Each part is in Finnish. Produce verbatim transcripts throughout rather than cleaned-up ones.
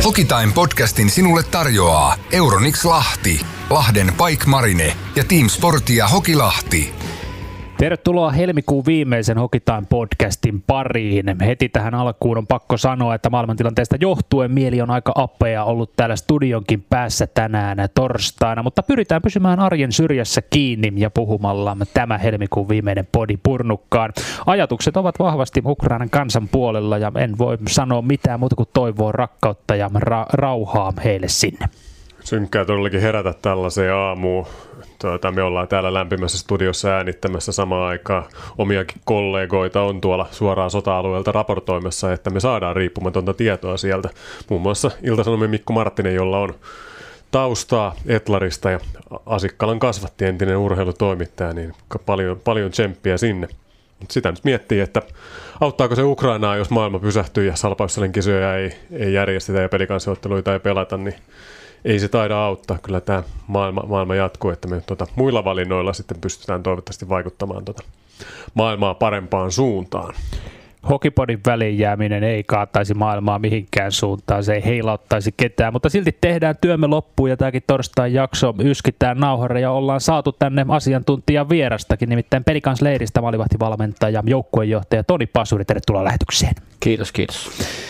Hockeytime podcastin sinulle tarjoaa Euronix Lahti, Lahden Pike Marine ja Team Sportia Hoki Lahti. Tervetuloa helmikuun viimeisen Hockeytime podcastin pariin. Heti tähän alkuun on pakko sanoa, että maailmantilanteesta johtuen mieli on aika appea ollut täällä studionkin päässä tänään torstaina, mutta pyritään pysymään arjen syrjässä kiinni ja puhumalla tämä helmikuun viimeinen podi purnukkaan. Ajatukset ovat vahvasti Ukrainan kansan puolella ja en voi sanoa mitään muuta kuin toivoa rakkautta ja ra- rauhaa heille sinne. Synkkää todellakin herätä tällaiseen aamuun. Tuota, me ollaan täällä lämpimässä studiossa äänittämässä samaan aikaan. Omiakin kollegoita on tuolla suoraan sota-alueelta raportoimassa, että me saadaan riippumatonta tietoa sieltä. Muun muassa Ilta-Sanomien Mikko Marttinen, jolla on taustaa Etlarista ja Asikkalan kasvatti, entinen urheilutoimittaja, niin paljon, paljon tsemppiä sinne. Sitä nyt miettii, että auttaako se Ukrainaa, jos maailma pysähtyy ja Salpaussalin kisoja ei, ei järjestetä ja pelikansiotteluita ei pelata, niin ei se taida auttaa. Kyllä tämä maailma, maailma jatkuu, että me tuota, muilla valinnoilla sitten pystytään toivottavasti vaikuttamaan tuota maailmaa parempaan suuntaan. Hokipodin väliin jääminen ei kaataisi maailmaa mihinkään suuntaan, se ei heilauttaisi ketään, mutta silti tehdään työmme loppuun ja tämäkin torstain jakso yskitään nauhalle ja ollaan saatu tänne asiantuntijan vierastakin, nimittäin Pelikansleiristä maalivahtivalmentaja, joukkuejohtaja Toni Pasuri, tervetuloa lähetykseen. Kiitos, kiitos.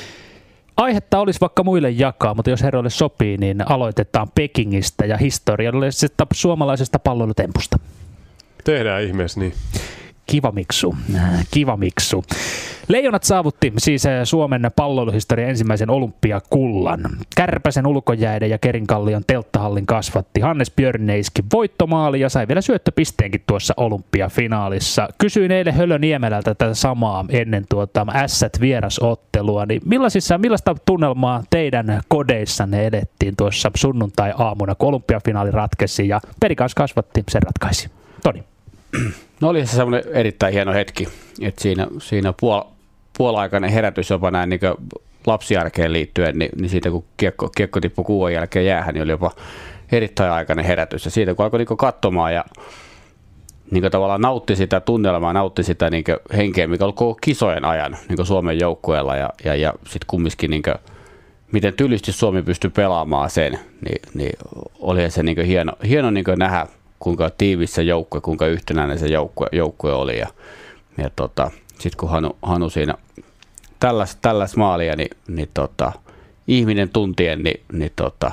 Aihetta olisi vaikka muille jakaa, mutta jos herroille sopii, niin aloitetaan Pekingistä ja historiallisesta suomalaisesta palloilutempusta. Tehdään ihmeessä niin. Kiva miksu, kiva miksu. Leijonat saavutti siis Suomen palloiluhistorian ensimmäisen olympiakullan. Kärpäsen ulkojäiden ja Kerinkallion telttahallin kasvatti. Hannes Björne iski voittomaali ja sai vielä syöttöpisteenkin tuossa olympiafinaalissa. Kysyin eilen Hölö Niemelältä tätä samaa ennen tuota Ässät-vierasottelua. Niin millaisissa, millaista tunnelmaa teidän kodeissanne edettiin tuossa sunnuntai-aamuna, kun olympiafinaali ratkesi ja Pelikans kasvatti, sen ratkaisi? Toni. No oli se semmoinen erittäin hieno hetki, että siinä, siinä puol, puolaikainen herätys jopa näin niin lapsiarkeen liittyen, niin, niin siitä kun kiekko, kiekko tippui kuuan jälkeen jäähän, niin oli jopa erittäin aikainen herätys. Ja siitä kun alkoi niin katsomaan ja niin tavallaan nautti sitä tunnelmaa, nautti sitä niin henkeä, mikä oli koko kisojen ajan niin Suomen joukkueella ja, ja, ja sitten kumminkin niin kuin, miten tylysti Suomi pystyi pelaamaan sen, niin, niin oli se niin hieno, hieno niin nähdä, kuinka tiivis se joukkue, kuinka yhtenäinen se joukkue, joukkue oli. Ja, ja tota, sitten kun Hanu, Hanu siinä tälläs, tälläs maalia, niin, niin tota, ihminen tuntien, niin, niin tota,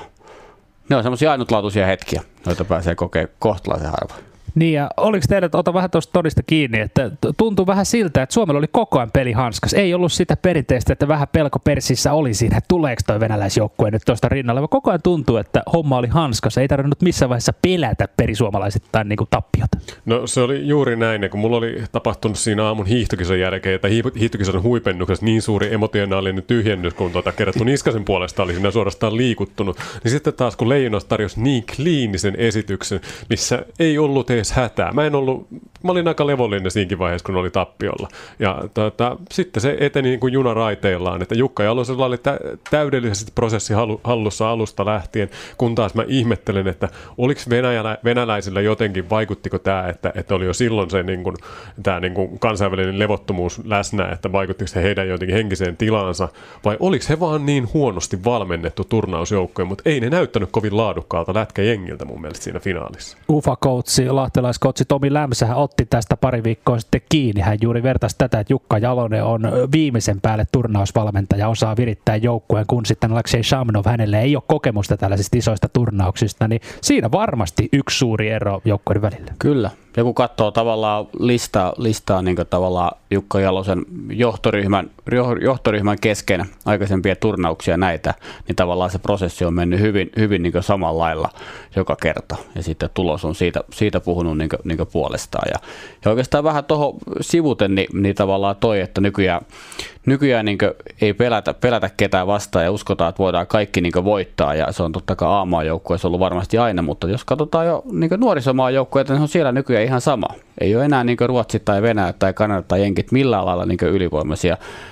ne on semmoisia ainutlaatuisia hetkiä, joita pääsee kokemaan kohtalaisen harvoin. Niin ja oliko teille, ota vähän tuosta Tonista kiinni, että tuntui vähän siltä, että Suomella oli koko ajan peli hanskas. Ei ollut sitä perinteistä, että vähän pelko persissä oli siinä, että tuleeko toi venäläisjoukkue nyt tuosta rinnalle, vaan koko ajan tuntui, että homma oli hanskas. Ei tarvinnut missään vaiheessa pelätä perisuomalaisittain niin kuin tappiota. No se oli juuri näin, ja kun mulla oli tapahtunut siinä aamun hiihtokisan jälkeen, tai hiihtokisan huipennuksessa niin suuri emotionaalinen tyhjennys, kun tuota Kerttu Niskasen puolesta oli siinä suorastaan liikuttunut, niin sitten taas kun Leijonat tarjosi niin kliinisen esityksen, missä ei ollut edes hätää. Mä en ollut, mä olin aika levollinen siinkin vaiheessa, kun oli tappiolla. Ja tuota, sitten se eteni niin kuin juna raiteillaan, että Jukka Jalosella oli tä- täydellisesti prosessi hallussa alusta lähtien, kun taas mä ihmettelen, että oliko venäjälä, venäläisillä jotenkin, vaikuttiko tämä, että, että oli jo silloin se niin kuin, tämä niin kuin kansainvälinen levottomuus läsnä, että vaikuttiko se heidän jotenkin henkiseen tilaansa, vai oliko he vaan niin huonosti valmennettu turnausjoukkoja, mutta ei ne näyttänyt kovin laadukkaalta lätkäjengiltä mun mielestä siinä finaalissa. Ufa-koutsi, lahtelaiskoutsi Tomi Lämsähän otti tästä pari viikkoa sitten kiinni. Hän juuri vertasi tätä, että Jukka Jalonen on viimeisen päälle turnausvalmentaja, osaa virittää joukkueen, kun sitten Aleksei Shamnov, hänelle ei ole kokemusta tällaisista isoista turnauksista, niin siinä varmasti yksi suuri ero joukkueiden välillä. Kyllä. Ja kun katsoo tavallaan listaa, listaa niin tavallaan Jukka Jalosen johtoryhmän, johtoryhmän kesken aikaisempia turnauksia näitä, niin tavallaan se prosessi on mennyt hyvin, hyvin niin samalla lailla joka kerta. Ja sitten tulos on siitä, siitä puhunut niin kuin, niin kuin puolestaan. Ja, ja oikeastaan vähän tuohon sivuten, niin, niin tavallaan toi, että nykyään, nykyään niin ei pelätä, pelätä ketään vastaan ja uskotaan, että voidaan kaikki niin voittaa. Ja se on totta kai A-maajoukkueessa ollut varmasti aina, mutta jos katsotaan jo niin nuorisomaajoukkueita, niin on siellä nykyään ihan sama. Ei ole enää niin Ruotsi tai Venäjä tai Kanada tai Jenkit millään lailla niin ylivoimaisia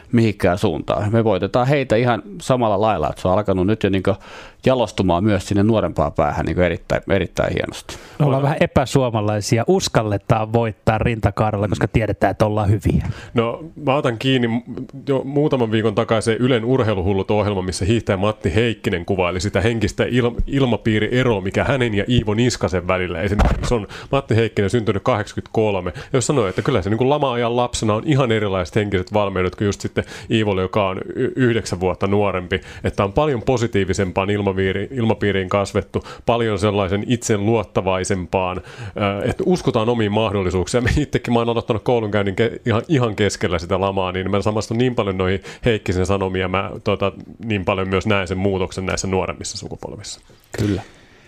mihinkään suuntaan. Me voitetaan heitä ihan samalla lailla, että se on alkanut nyt jo niin jalostumaan myös sinne nuorempaan päähän niin erittäin, erittäin hienosti. Me ollaan vähän epäsuomalaisia, uskalletaan voittaa rintakaarella, koska tiedetään, että ollaan hyviä. No mä otan kiinni jo muutaman viikon takaisin Ylen Urheiluhullut-ohjelma, missä hiihtäjä Matti Heikkinen kuvaili sitä henkistä il- ilmapiirieroa, mikä hänen ja Iivo Niskasen välillä esimerkiksi on. Matti Heikkinen syntynyt kahdeksankymmentäkolme, jos sanoi, että kyllä se niin kuin lama-ajan lapsena on ihan erilaiset henkiset valmiudet kuin just sitten Iivolle, joka on y- yhdeksän vuotta nuorempi, että on paljon positiivisempaan ilmapiiriin, ilmapiiriin kasvettu, paljon sellaisen itsen luottavaisempaan, että uskotaan omiin mahdollisuuksiin. Me itsekin mä oon aloittanut koulunkäynnin ke- ihan, ihan keskellä sitä lamaa, niin mä samastun niin paljon noihin Heikkisen sanomia, mä tota, niin paljon myös näen sen muutoksen näissä nuoremmissa sukupolvissa. Kyllä.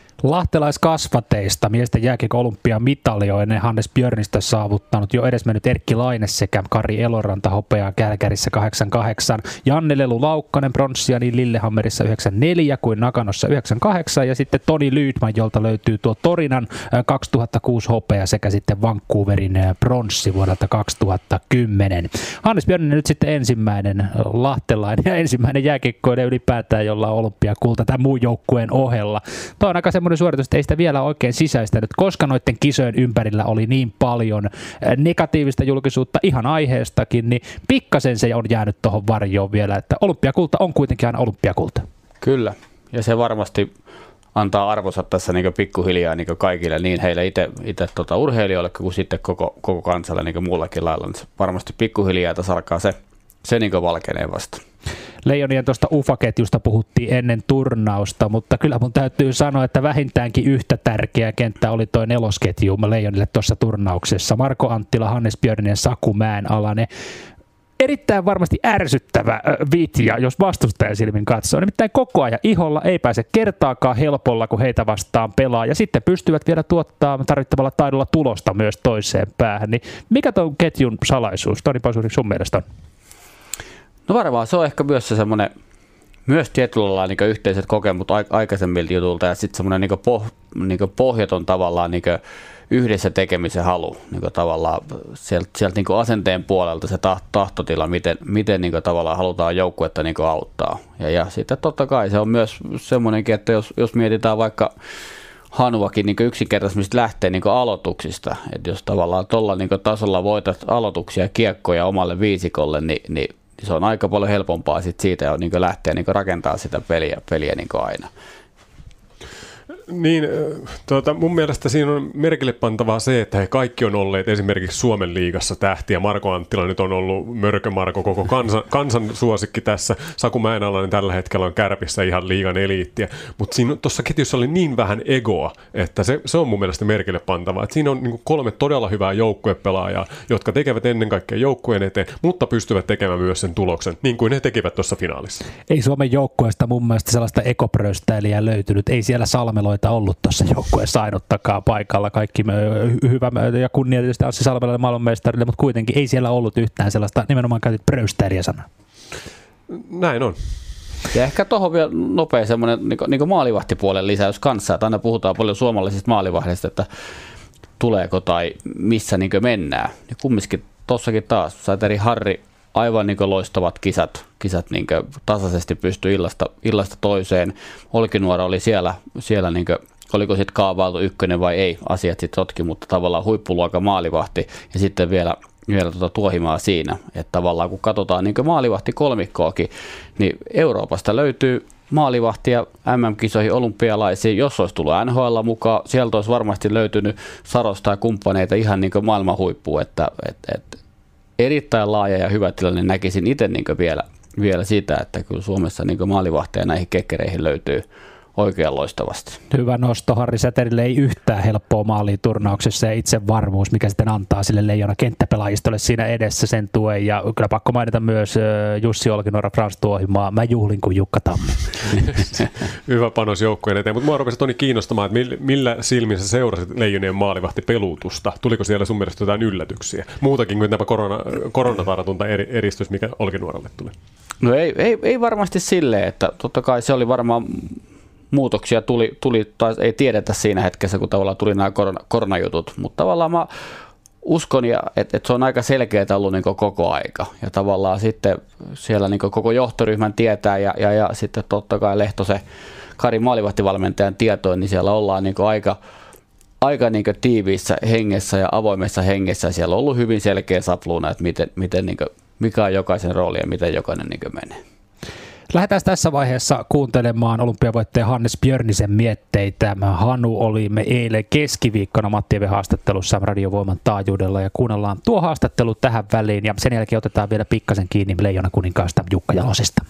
Lahtelaiskasvateista miesten jääkiekon olympiamitaljoinen Hannes Björnistä saavuttanut jo edesmennyt Erkki Laine sekä Kari Eloranta hopeaa Kälkärissä kahdeksankymmentäkahdeksan. Janne Lelu Laukkanen pronssia niin Lillehammerissa yhdeksänkymmentäneljä kuin Nakanossa yhdeksänkymmentäkahdeksan ja sitten Toni Lydman, jolta löytyy tuo Torinan kaksituhattakuusi hopea sekä sitten Vancouverin pronssi vuodelta kaksituhattakymmenen. Hannes Björninen nyt sitten ensimmäinen lahtelainen ja ensimmäinen jääkiekkoinen ylipäätään, jolla on olympiakulta tämän muun joukkueen ohella. Tuo on aika semmoinen suoritus, että ei sitä vielä oikein sisäistänyt, koska noiden kisojen ympärillä oli niin paljon negatiivista julkisuutta ihan aiheestakin, niin pikkasen se on jäänyt tuohon varjoon vielä, että olympiakulta on kuitenkin aina olympiakulta. Kyllä, ja se varmasti antaa arvonsa tässä niin pikkuhiljaa niin kaikille, niin heille itse tota urheilijoille kuin sitten koko, koko kansalle niin muullakin lailla. Niin varmasti pikkuhiljaa tässä alkaa se, se niin valkenee vasta. Leijonien tuosta U F A-ketjusta puhuttiin ennen turnausta, mutta kyllä mun täytyy sanoa, että vähintäänkin yhtä tärkeä kenttä oli toi nelosketju Leijonille tuossa turnauksessa. Marko Anttila, Hannes Björninen, Saku Mäenalainen. Erittäin varmasti ärsyttävä vitja, jos vastustajan silmin katsoo. Nimittäin koko ajan iholla ei pääse kertaakaan helpolla, kun heitä vastaan pelaa. Ja sitten pystyvät vielä tuottaa tarvittavalla taidolla tulosta myös toiseen päähän. Niin mikä tuon ketjun salaisuus, Toni Pasuri, sun mielestä on? No varmaan se on ehkä myös se semmoinen, myös tietyllä lailla niin yhteiset kokemut aikaisemmilta jutulta ja sitten semmoinen niin poh, niin pohjaton tavallaan niin yhdessä tekemisen halu niin tavallaan sieltä, sieltä niin asenteen puolelta se tahtotila, miten, miten niin tavallaan halutaan joukkuetta niin auttaa. Ja, ja sitten totta kai se on myös semmoinenkin, että jos, jos mietitään vaikka Hanuakin niin yksinkertaisesti lähtee niin aloituksista, että jos tavallaan tuolla niin tasolla voitat aloituksia ja kiekkoja omalle viisikolle, niin, niin se on aika paljon helpompaa sit siitä jo niin lähteä niin rakentaa sitä peliä, peliä niin aina. Niin, tuota, mun mielestä siinä on merkille pantavaa se, että he kaikki on olleet esimerkiksi Suomen liigassa tähtiä. Marko Anttila nyt on ollut Mörkö-Marko, koko kansan, kansan suosikki tässä. Saku Mäenalainen tällä hetkellä on Kärpissä ihan liigan eliittiä. Mutta tuossa ketjussa oli niin vähän egoa, että se, se on mun mielestä merkille pantavaa. Et siinä on niin kolme todella hyvää joukkuepelaajaa, jotka tekevät ennen kaikkea joukkueen eteen, mutta pystyvät tekemään myös sen tuloksen, niin kuin he tekivät tuossa finaalissa. Ei Suomen joukkueesta mun mielestä sellaista ekopröstäilijää löytynyt. Ei siellä Salmeloita ollut tuossa joukkueessa ainuttakaan paikalla. Kaikki hyvä ja kunnia tietysti Anssi Salmelalle maailmanmestarille, mutta kuitenkin ei siellä ollut yhtään sellaista, nimenomaan käytit pröystäilijä sanaa. Näin on. Ja ehkä tuohon vielä nopea semmoinen niin, niin maalivahtipuolen lisäys kanssa, että aina puhutaan paljon suomalaisista maalivahdeista, että tuleeko tai missä niin mennään. Ja kumminkin tuossakin taas Sateri Harri aivan niin loistavat kisat, kisat niin tasaisesti pystyi illasta, illasta toiseen. Olkinuora oli siellä, siellä niin kuin, oliko sitten kaavailtu ykkönen vai ei, asiat sitten sotki, mutta tavallaan huippuluokan maalivahti ja sitten vielä, vielä tuota Tuohimaa siinä. Että tavallaan kun katsotaan niin maalivahti kolmikkoakin, niin Euroopasta löytyy maalivahtia M M-kisoihin, olympialaisiin, jos olisi tullut N H L mukaan, sieltä olisi varmasti löytynyt Sarosta ja kumppaneita ihan niin maailman huippuun, että et, et, erittäin laaja ja hyvä tilanne. Näkisin itse niin vielä, vielä sitä, että kyllä Suomessa niin maalivahteja näihin kekkereihin löytyy oikein loistavasti. Hyvä nosto. Harri Säterille ei yhtään helppoa maalia turnauksessa ja itsevarmuus, mikä sitten antaa sille Leijona kenttäpelaajistolle siinä edessä sen tuen. Ja kyllä pakko mainita myös Jussi Olkinuora, Frans Tuohimaa. Mä juhlin kuin Jukka Tammi. Hyvä panos joukkueen eteen, mutta mua rupesi Toni kiinnostamaan, että millä silmin sä seurasit Leijonien maalivahtipelutusta? Tuliko siellä sun mielestä jotain yllätyksiä? Muutakin kuin tämä korona, koronatartunta eristys, mikä Olkinuoralle tuli? No ei, ei, ei varmasti silleen, että totta kai se oli varmaan muutoksia tuli, tuli tai ei tiedetä siinä hetkessä, kun tavallaan tuli nämä korona, koronajutut, mutta tavallaan mä uskon, ja, että, että se on aika selkeää ollut niin koko aika. Ja tavallaan sitten siellä niin koko johtoryhmän tietää ja, ja, ja sitten totta kai Lehtosen Kari maalivahtivalmentajan tietoon, niin siellä ollaan niin aika, aika niin tiiviissä hengessä ja avoimessa hengessä. Siellä on ollut hyvin selkeä sapluuna, että miten, miten niin kuin, mikä on jokaisen rooli ja miten jokainen niin menee. Lähdetään tässä vaiheessa kuuntelemaan olympiavoittaja Hannes Björnisen mietteitä. Hanu oli me eilen keskiviikkona Matti Even haastattelussa Radiovoiman taajuudella ja kuunnellaan tuo haastattelu tähän väliin ja sen jälkeen otetaan vielä pikkasen kiinni Leijona kuninkaasta Jukka Jalosesta.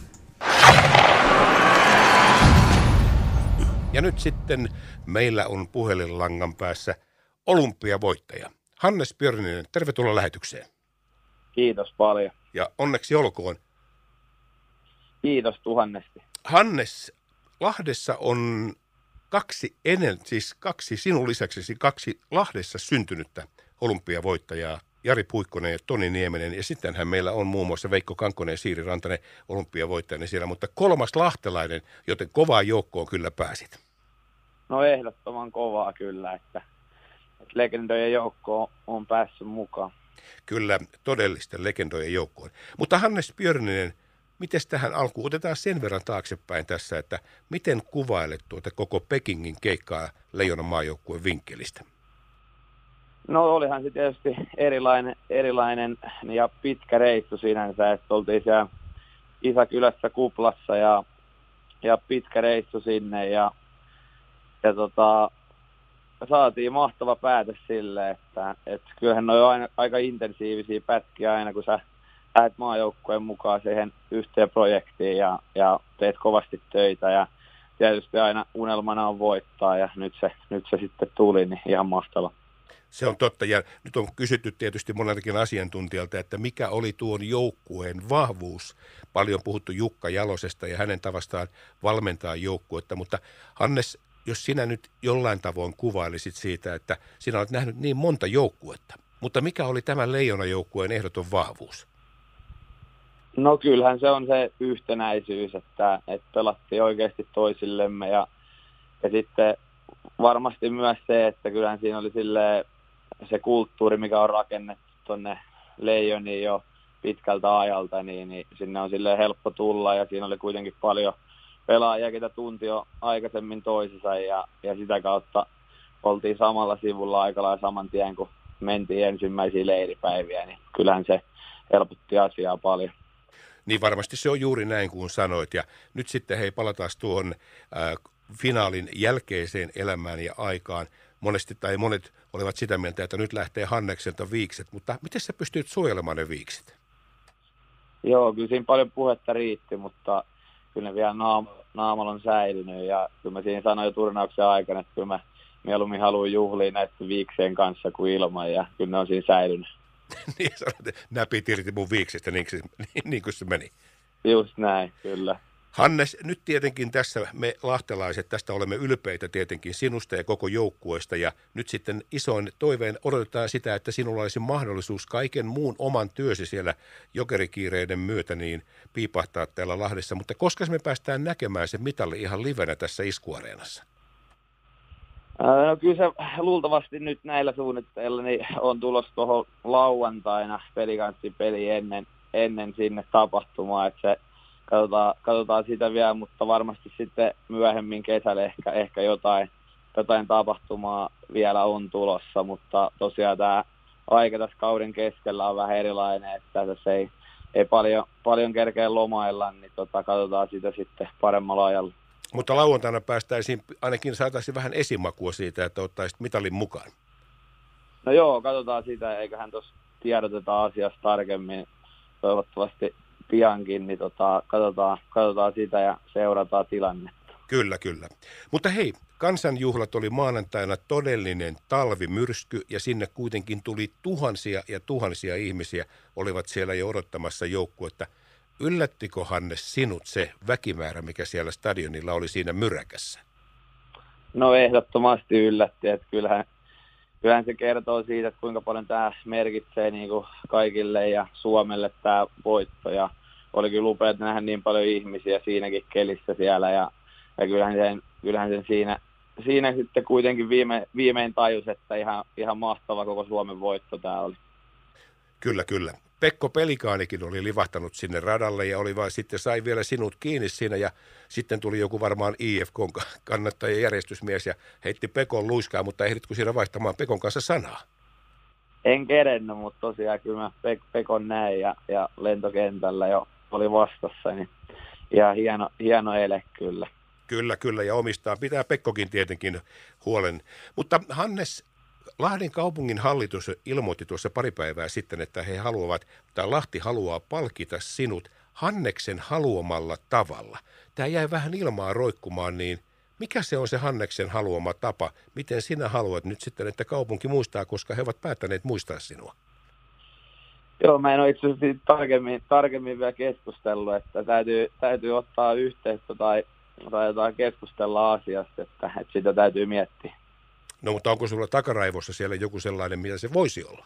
Ja nyt sitten meillä on puhelinlangan päässä olympiavoittaja Hannes Björninen. Tervetuloa lähetykseen. Kiitos paljon. Ja onneksi olkoon. Kiitos tuhannesti. Hannes, Lahdessa on kaksi ennen, siis kaksi sinun lisäksesi kaksi Lahdessa syntynyttä olympiavoittajaa, Jari Puikkonen ja Toni Nieminen. Ja sittenhän meillä on muun muassa Veikko Kankkonen ja Siiri Rantanen olympiavoittajana siellä, mutta kolmas lahtelainen, joten kovaa joukkoon kyllä pääsit. No ehdottoman kovaa kyllä, että, että legendojen joukko on päässyt mukaan. Kyllä, todellisten legendojen joukkoon. Mutta Hannes Björninen, miten tähän alkuun? Otetaan sen verran taaksepäin tässä, että miten kuvailet tuota koko Pekingin keikkaa Leijonan maajoukkueen vinkkelistä? No olihan se tietysti erilainen, erilainen ja pitkä reissu sinänsä, että oltiin siellä Isäkylässä kuplassa ja, ja pitkä reissu sinne ja, ja tota, saatiin mahtava päätös sille, että, että kyllähän ne on aina, aika intensiivisiä pätkiä aina, kun sä lähdet maajoukkueen mukaan siihen yhteen projektiin ja, ja teet kovasti töitä ja tietysti aina unelmana on voittaa ja nyt se, nyt se sitten tuli, niin ihan mahtava. Se on totta ja nyt on kysytty tietysti moneltakin asiantuntijalta, että mikä oli tuon joukkueen vahvuus. Paljon puhuttu Jukka Jalosesta ja hänen tavastaan valmentaa joukkuetta, mutta Hannes, jos sinä nyt jollain tavoin kuvailisit siitä, että sinä olet nähnyt niin monta joukkuetta, mutta mikä oli tämän Leijona-joukkueen ehdoton vahvuus? No kyllähän se on se yhtenäisyys, että, että pelattiin oikeasti toisillemme ja, ja sitten varmasti myös se, että kyllähän siinä oli silleen se kulttuuri, mikä on rakennettu tuonne Leijoniin jo pitkältä ajalta, niin, niin sinne on silleen helppo tulla ja siinä oli kuitenkin paljon pelaajia, ketä tunti jo aikaisemmin toisensa ja, ja sitä kautta oltiin samalla sivulla aika lailla saman tien, kun mentiin ensimmäisiä leiripäiviä, niin kyllähän se helpotti asiaa paljon. Niin varmasti se on juuri näin kuin sanoit ja nyt sitten hei palataan tuohon äh, finaalin jälkeiseen elämään ja aikaan. Monesti tai monet olivat sitä mieltä, että nyt lähtee Hannekselta viikset, mutta miten sä pystyt suojelemaan ne viikset? Joo, kyllä siinä paljon puhetta riitti, mutta kyllä ne vielä naam- naamalla on säilynyt ja kyllä mä siinä sanoin jo turnauksen aikana, että kyllä mä mieluummin haluan juhlia näiden viikseen kanssa kuin ilman ja kyllä ne on siinä säilynyt. Niin sanoit, että näpit irti mun viiksestä niin, niin, niin kuin se meni. Just näin, kyllä. Hannes, nyt tietenkin tässä me lahtelaiset, tästä olemme ylpeitä tietenkin sinusta ja koko joukkueesta ja nyt sitten isoin toiveen odotetaan sitä, että sinulla olisi mahdollisuus kaiken muun oman työsi siellä jokerikiireiden myötä niin piipahtaa täällä Lahdessa, mutta koska me päästään näkemään se mitalli ihan livenä tässä iskuareenassa? No kyllä se luultavasti nyt näillä suunnitteilla niin on tulossa tuohon lauantaina pelikanssipeli ennen, ennen sinne tapahtumaa, että se katsotaan, katsotaan sitä vielä, mutta varmasti sitten myöhemmin kesällä ehkä, ehkä jotain, jotain tapahtumaa vielä on tulossa, mutta tosiaan tämä aika tässä kauden keskellä on vähän erilainen, että tässä ei, ei paljon, paljon kerkeä lomailla, niin tota, katsotaan sitä sitten paremmalla ajalla. Mutta lauantaina päästäisiin, ainakin saataisiin vähän esimakua siitä, että ottaisit mitalin mukaan. No joo, katsotaan sitä, eiköhän tuossa tiedoteta asiasta tarkemmin, toivottavasti piankin, niin tota, katsotaan, katsotaan sitä ja seurataan tilannetta. Kyllä, kyllä. Mutta hei, kansanjuhlat oli maanantaina todellinen talvimyrsky ja sinne kuitenkin tuli tuhansia ja tuhansia ihmisiä, olivat siellä jo odottamassa joukkuetta. Yllättikö Hannes sinut se väkimäärä, mikä siellä stadionilla oli siinä myräkässä? No ehdottomasti yllätti, että kyllähän, kyllähän se kertoo siitä, että kuinka paljon tämä merkitsee niin kuin kaikille ja Suomelle tämä voitto. Ja oli kyllä upeaa nähdä niin paljon ihmisiä siinäkin kelissä siellä ja, ja kyllähän, sen, kyllähän sen siinä, siinä sitten kuitenkin viime, viimein tajus, että ihan, ihan mahtava koko Suomen voitto tämä oli. Kyllä, kyllä. Pekko Pelikaanikin oli livahtanut sinne radalle ja oli vaan sitten sai vielä sinut kiinni siinä ja sitten tuli joku varmaan I F K:n kannattaja järjestysmies ja heitti Pekon luiskaa, mutta ehditkö siinä vaihtamaan Pekon kanssa sanaa? En kerennyt, mutta tosiaan kyllä mä Pek- Pekon näin ja, ja lentokentällä jo oli vastassa, niin ihan hieno, hieno ele kyllä. Kyllä, kyllä ja omistaa. Pitää Pekkokin tietenkin huolen. Mutta Hannes, Lahden kaupungin hallitus ilmoitti tuossa pari päivää sitten, että he haluavat, tai Lahti haluaa palkita sinut Hanneksen haluamalla tavalla. Tämä jäi vähän ilmaa roikkumaan, niin mikä se on se Hanneksen haluama tapa? Miten sinä haluat nyt sitten, että kaupunki muistaa, koska he ovat päättäneet muistaa sinua? Joo, mä en ole itse asiassa tarkemmin, tarkemmin vielä keskustellut, että täytyy, täytyy ottaa yhteyttä tai, tai jotain keskustella asiasta, että, että sitä täytyy miettiä. No mutta onko sulla takaraivossa siellä joku sellainen, mitä se voisi olla?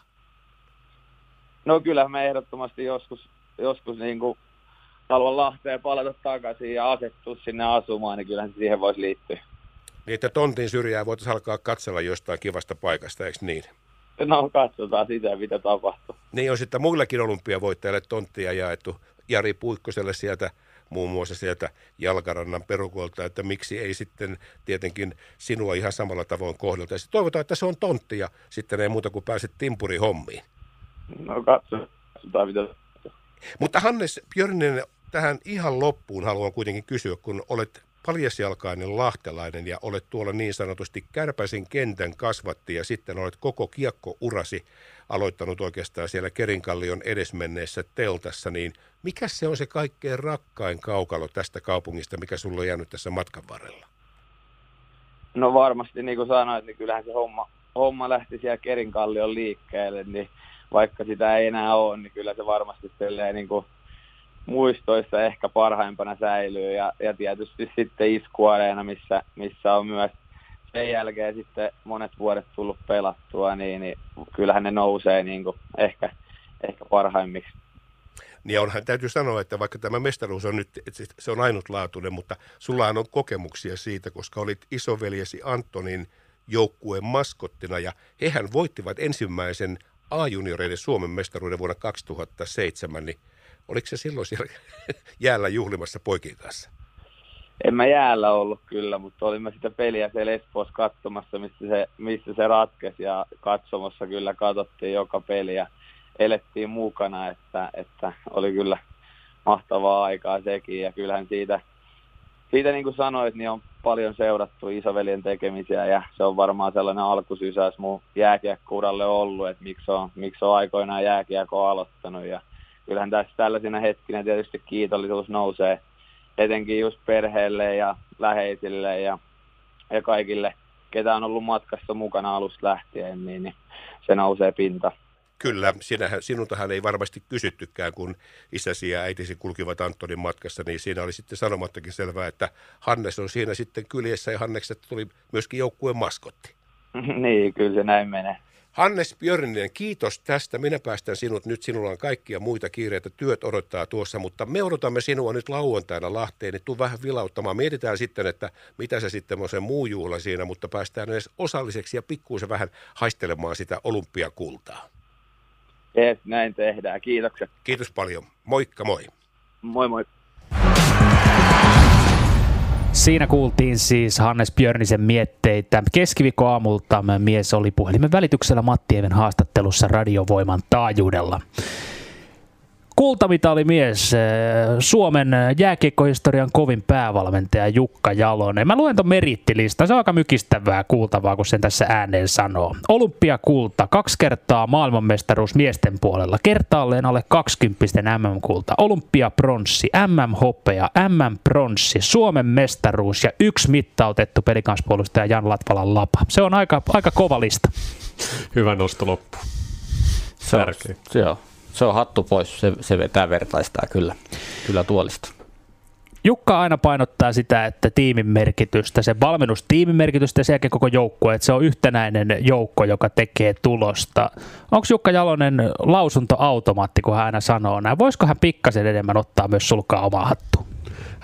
No kyllä mä ehdottomasti joskus, joskus niin kuin haluan Lahteen palata takaisin ja asettua sinne asumaan, niin kyllähän siihen voisi liittyä. Niin, että tontin syrjää voitaisiin alkaa katsella jostain kivasta paikasta, eikö niin? No katsotaan sitä, mitä tapahtuu. Niin on sitten muillakin olympiavoittajille tonttia jaettu. Jari Puikkoselle sieltä, muun muassa sieltä Jalkarannan perukolta, että miksi ei sitten tietenkin sinua ihan samalla tavoin kohdelta. Ja toivotaan, että se on tontti ja sitten ei muuta kuin pääset timpurihommiin. No katsotaan, mitä. Mutta Hannes Björninen, tähän ihan loppuun haluan kuitenkin kysyä, kun olet paljasjalkainen lahtelainen ja olet tuolla niin sanotusti Kärpäsen kentän kasvatti ja sitten olet koko kiekkourasi aloittanut oikeastaan siellä Kerinkallion edesmenneessä teltassa, niin mikä se on se kaikkein rakkain kaukalo tästä kaupungista, mikä sulla on jäänyt tässä matkan varrella? No varmasti, niin kuin sanoit, niin kyllähän se homma, homma lähti siellä Kerinkallion liikkeelle, niin vaikka sitä ei enää ole, niin kyllä se varmasti niin kuin muistoissa ehkä parhaimpana säilyy ja, ja tietysti sitten Iskuareena, missä, missä on myös sen jälkeen sitten monet vuodet tullut pelattua, niin, niin kyllähän ne nousee niin kuin ehkä, ehkä parhaimmiksi. Niin onhan täytyy sanoa, että vaikka tämä mestaruus on nyt, että se on ainutlaatuinen, mutta sullahan on kokemuksia siitä, koska olit isoveljesi Antonin joukkueen maskottina ja hehän voittivat ensimmäisen A-junioreiden Suomen mestaruuden vuonna kaksituhattaseitsemän, niin oliko se silloin siellä jäällä juhlimassa poikien kanssa? En mä jäällä ollut kyllä, mutta olimme sitä peliä siellä Espoossa katsomassa, missä se, missä se ratkesi ja katsomassa kyllä katsottiin joka peli ja elettiin mukana, että, että oli kyllä mahtavaa aikaa sekin ja kyllähän siitä, siitä niin kuin sanoit, niin on paljon seurattu isoveljen tekemisiä ja se on varmaan sellainen alkusysäys mun jääkiekkouralle ollut, että miksi on, miksi on aikoinaan jääkiekko aloittanut ja kyllähän tässä tällaisina hetkinä tietysti kiitollisuus nousee etenkin just perheelle ja läheisille ja, ja kaikille, ketä on ollut matkassa mukana alusta lähtien, niin, niin se nousee pinta. Kyllä, sinähän, sinultahan ei varmasti kysyttykään, kun isäsi ja äitisi kulkivat Antonin matkassa, niin siinä oli sitten sanomattakin selvää, että Hannes on siinä sitten kyljessä ja Hanneksesta tuli myöskin joukkueen maskotti. Niin, kyllä se näin menee. Hannes Björninen, kiitos tästä. Minä päästän sinut nyt. Sinulla on kaikkia muita kiireitä. Työt odottaa tuossa, mutta me odotamme sinua nyt lauantaina Lahteen. Niin tuu vähän vilauttamaan. Mietitään sitten, että mitä se sitten on se muu juhla siinä, mutta päästään edes osalliseksi ja pikkuisen vähän haistelemaan sitä olympiakultaa. Jees, näin tehdään. Kiitokset. Kiitos paljon. Moikka moi. Moi moi. Siinä kuultiin siis Hannes Björnisen mietteitä. Keskiviikkoaamulta mies oli puhelimen välityksellä Matti Even haastattelussa Radiovoiman taajuudella. Kultamitalimies, Suomen jääkiekkohistorian kovin päävalmentaja Jukka Jalonen. Mä luen ton merittilistan, se on aika mykistävää kuultavaa, kun sen tässä ääneen sanoo. Olympiakulta, kaksi kertaa maailmanmestaruus miesten puolella, kertaalleen alle kaksikymppisten M M-kulta, olympiapronssi, M M-hopea, M M-pronssi, Suomen mestaruus ja yksi mittautettu pelikanspuolustaja Jan Latvalan lapa. Se on aika, aika kova lista. Hyvä nosto loppu. Tärkeä. Se on. Se on hattu pois, se, se vetää vertaistaa kyllä, kyllä tuolista. Jukka aina painottaa sitä, että tiimin merkitystä, se valmennustiimin merkitystä ja sen jälkeen koko joukkue, että se on yhtenäinen joukko, joka tekee tulosta. Onko Jukka Jalonen lausuntoautomaatti, kun hän aina sanoo näin? Voisiko hän pikkasen enemmän ottaa myös sulkaa omaa hattua?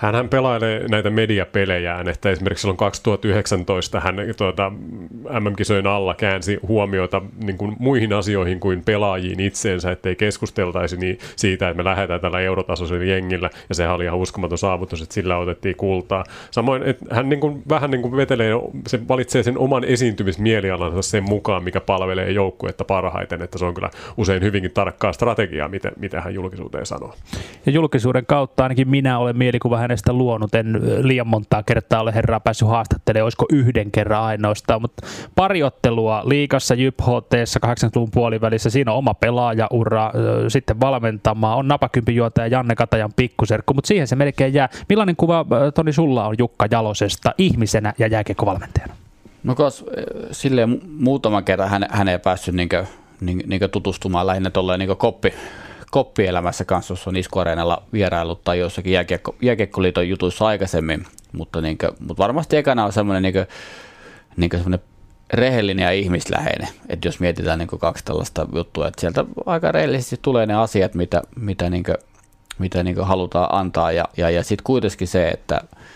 Hänhän pelailee näitä mediapelejään, että esimerkiksi silloin kaksituhattayhdeksäntoista hän tuota, M M-kisojen alla käänsi huomiota niin kuin muihin asioihin kuin pelaajiin itseensä, ettei keskusteltaisi niin siitä, että me lähdetään tällä eurotasoisella jengillä, ja sehän oli ihan uskomaton saavutus, että sillä otettiin kultaa. Samoin, että hän niin kuin, vähän niin kuin vetelee, se valitsee sen oman esiintymismielialansa sen mukaan, mikä palvelee joukkuetta parhaiten, että se on kyllä usein hyvinkin tarkkaa strategiaa, mitä, mitä hän julkisuuteen sanoo. Ja julkisuuden kautta ainakin minä olen mielikuva hänestä luonut, en liian montaa kertaa ole herraa päässyt haastattelemaan, olisiko yhden kerran ainoastaan, mutta pari ottelua liigassa J Y P H T:ssä kahdeksankymmentäluvun puolivälissä, siinä on oma pelaajaura, sitten valmentamaan, on napakympijuotaja Janne Katajan pikkuserkku, mutta siihen se melkein jää. Millainen kuva, Toni, sulla on Jukka Jalosesta ihmisenä ja jääkiekkovalmentajana? No kos, silleen muutaman kerran hän, hän ei päässyt niinkö, niinkö tutustumaan lähinnä tolleen niinkö koppi, koppielämässä kanssa, jos on Isku-areenalla vierailut tai jossakin jääkiekko, jääkiekkoliiton jutuissa aikaisemmin, mutta, niinkö, mutta varmasti ekana on semmoinen niinkö, niinkö semmoinen rehellinen ja ihmisläheinen, että jos mietitään niinkö kaksi tällaista juttua, että sieltä aika rehellisesti tulee ne asiat, mitä, mitä, niinkö, mitä niinkö halutaan antaa ja, ja, ja sitten kuitenkin se, että,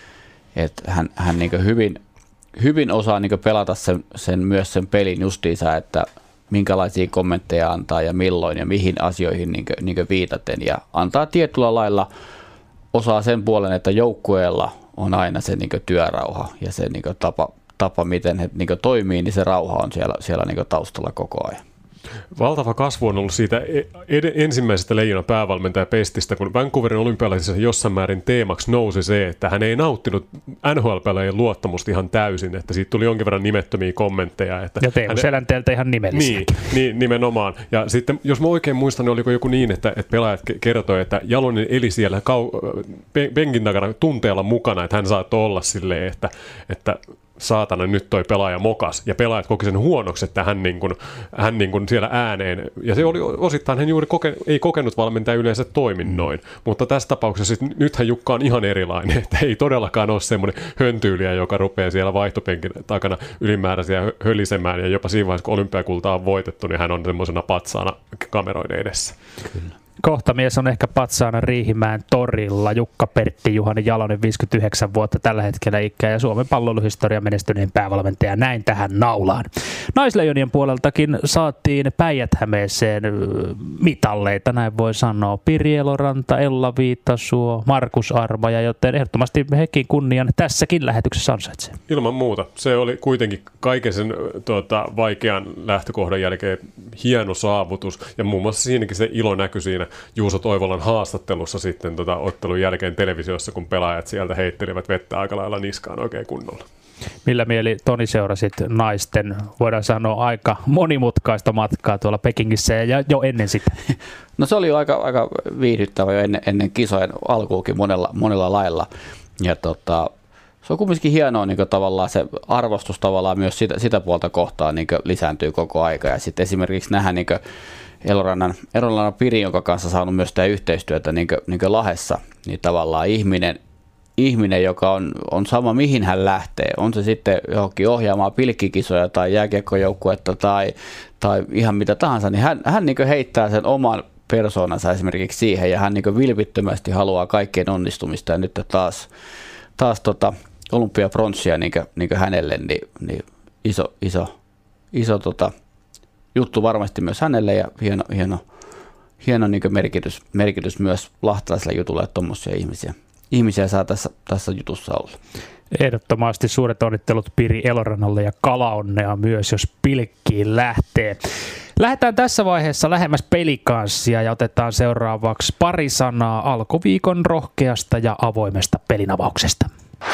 että hän, hän niinkö hyvin Hyvin osaa niin pelata sen, sen, myös sen pelin justiinsa, että minkälaisia kommentteja antaa ja milloin ja mihin asioihin niin kuin, niin kuin viitaten. Ja antaa tietyllä lailla osaa sen puolen, että joukkueella on aina se niin kuin työrauha ja se niin kuin tapa, tapa, miten he niin kuin toimii, niin se rauha on siellä, siellä niin kuin taustalla koko ajan. Valtava kasvu on ollut siitä ed- ensimmäisestä Leijonan päävalmentaja Pestistä, kun Vancouverin olympialaisissa jossain määrin teemaksi nousi se, että hän ei nauttinut N H L-pelaajien luottamusta ihan täysin, että siitä tuli jonkin verran nimettömiä kommentteja. Että ja Teemu Selänteeltä ihan nimellisiä. Niin, niin, nimenomaan. Ja sitten, jos mä oikein muistan, niin oliko joku niin, että, että pelaajat kertoi, että Jalonen eli siellä kau- penkin takana tunteella mukana, että hän saattoi olla silleen, että, että saatana, nyt toi pelaaja mokas, ja pelaajat koki sen huonoksi, että hän, niin kuin, hän niin kuin siellä ääneen, ja se oli osittain, hän juuri koke, ei kokenut valmentaja yleensä toimin noin, mutta tässä tapauksessa sit, nythän Jukka on ihan erilainen, että ei todellakaan ole semmoinen höntyylijä, joka rupeaa siellä vaihtopenkin takana ylimääräisiä hölisemään, ja jopa siinä vaiheessa, kun olympiakultaa on voitettu, niin hän on semmoisena patsaana kameroiden edessä. Kyllä. Kohta mies on ehkä patsaana Riihimäen torilla. Jukka Pertti Juhani Jalonen, viisikymmentäyhdeksän vuotta tällä hetkellä ikää ja Suomen palloiluhistorian menestyneen päävalmentaja. Näin tähän naulaan. Naisleijonien puoleltakin saatiin Päijät-Hämeeseen mitalleita, näin voi sanoa. Piri Eloranta, Ella Viittasuo, Markus Arvaja, joten ehdottomasti hekin kunnian tässäkin lähetyksessä ansaitsee. Ilman muuta. Se oli kuitenkin kaiken sen tuota, vaikean lähtökohdan jälkeen hieno saavutus ja muun muassa siinäkin se ilo näkyi siinä Juuso Toivolan haastattelussa sitten tota ottelun jälkeen televisiossa, kun pelaajat sieltä heittelivät vettä aika lailla niskaan oikein kunnolla. Millä mieli, Toni, seurasit naisten, voidaan sanoa, aika monimutkaista matkaa tuolla Pekingissä ja jo ennen sitä? No se oli jo aika, aika viihdyttävä jo ennen, ennen kisojen alkuukin monella, monella lailla. Ja tota, se on kumminkin hienoa, niin tavallaan se arvostus tavallaan myös sitä, sitä puolta kohtaan niin lisääntyy koko aika. Ja sitten esimerkiksi nähdään niin Elorannan, Elorannan Piri, jonka kanssa saanut myös sitä yhteistyötä niin kuin, niin kuin Lahdessa, niin tavallaan ihminen, ihminen joka on, on sama mihin hän lähtee, on se sitten johonkin ohjaamaan pilkkikisoja tai jääkiekkojoukkuetta tai, tai ihan mitä tahansa, niin hän, hän niin kuin heittää sen oman persoonansa esimerkiksi siihen ja hän niin kuin vilpittömästi haluaa kaikkien onnistumista ja nyt taas, taas tota, olympiapronssia niin kuin, niin kuin hänelle, niin, niin iso, iso, iso tota, juttu varmasti myös hänelle ja hieno, hieno, hieno niin merkitys, merkitys myös lahtelaisella jutulla, että tuommoisia ihmisiä, ihmisiä saa tässä, tässä jutussa olla. Ehdottomasti suuret onnittelut Piri Elorannalle ja kalaonnea myös, jos pilkkiin lähtee. Lähdetään tässä vaiheessa lähemmäs pelikanssia ja otetaan seuraavaksi pari sanaa alkuviikon rohkeasta ja avoimesta pelinavauksesta.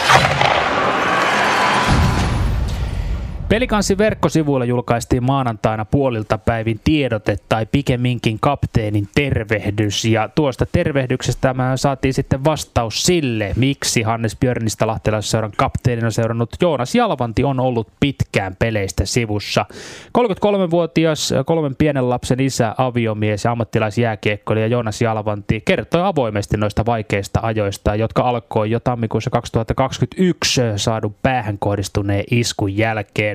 Pelikanssin verkkosivuilla julkaistiin maanantaina puolilta päivin tiedote tai pikemminkin kapteenin tervehdys. Ja tuosta tervehdyksestä saatiin sitten vastaus sille, miksi Hannes Björnistä lahtelaisseuran kapteenina seurannut Joonas Jalvanti on ollut pitkään peleistä sivussa. kolmekymmentäkolmevuotias, kolmen pienen lapsen isä, aviomies ja ammattilaisjääkiekkoilija Joonas Jalvanti kertoi avoimesti noista vaikeista ajoista, jotka alkoi jo tammikuussa kaksituhattakaksikymmentäyksi saadun päähän kohdistuneen iskun jälkeen.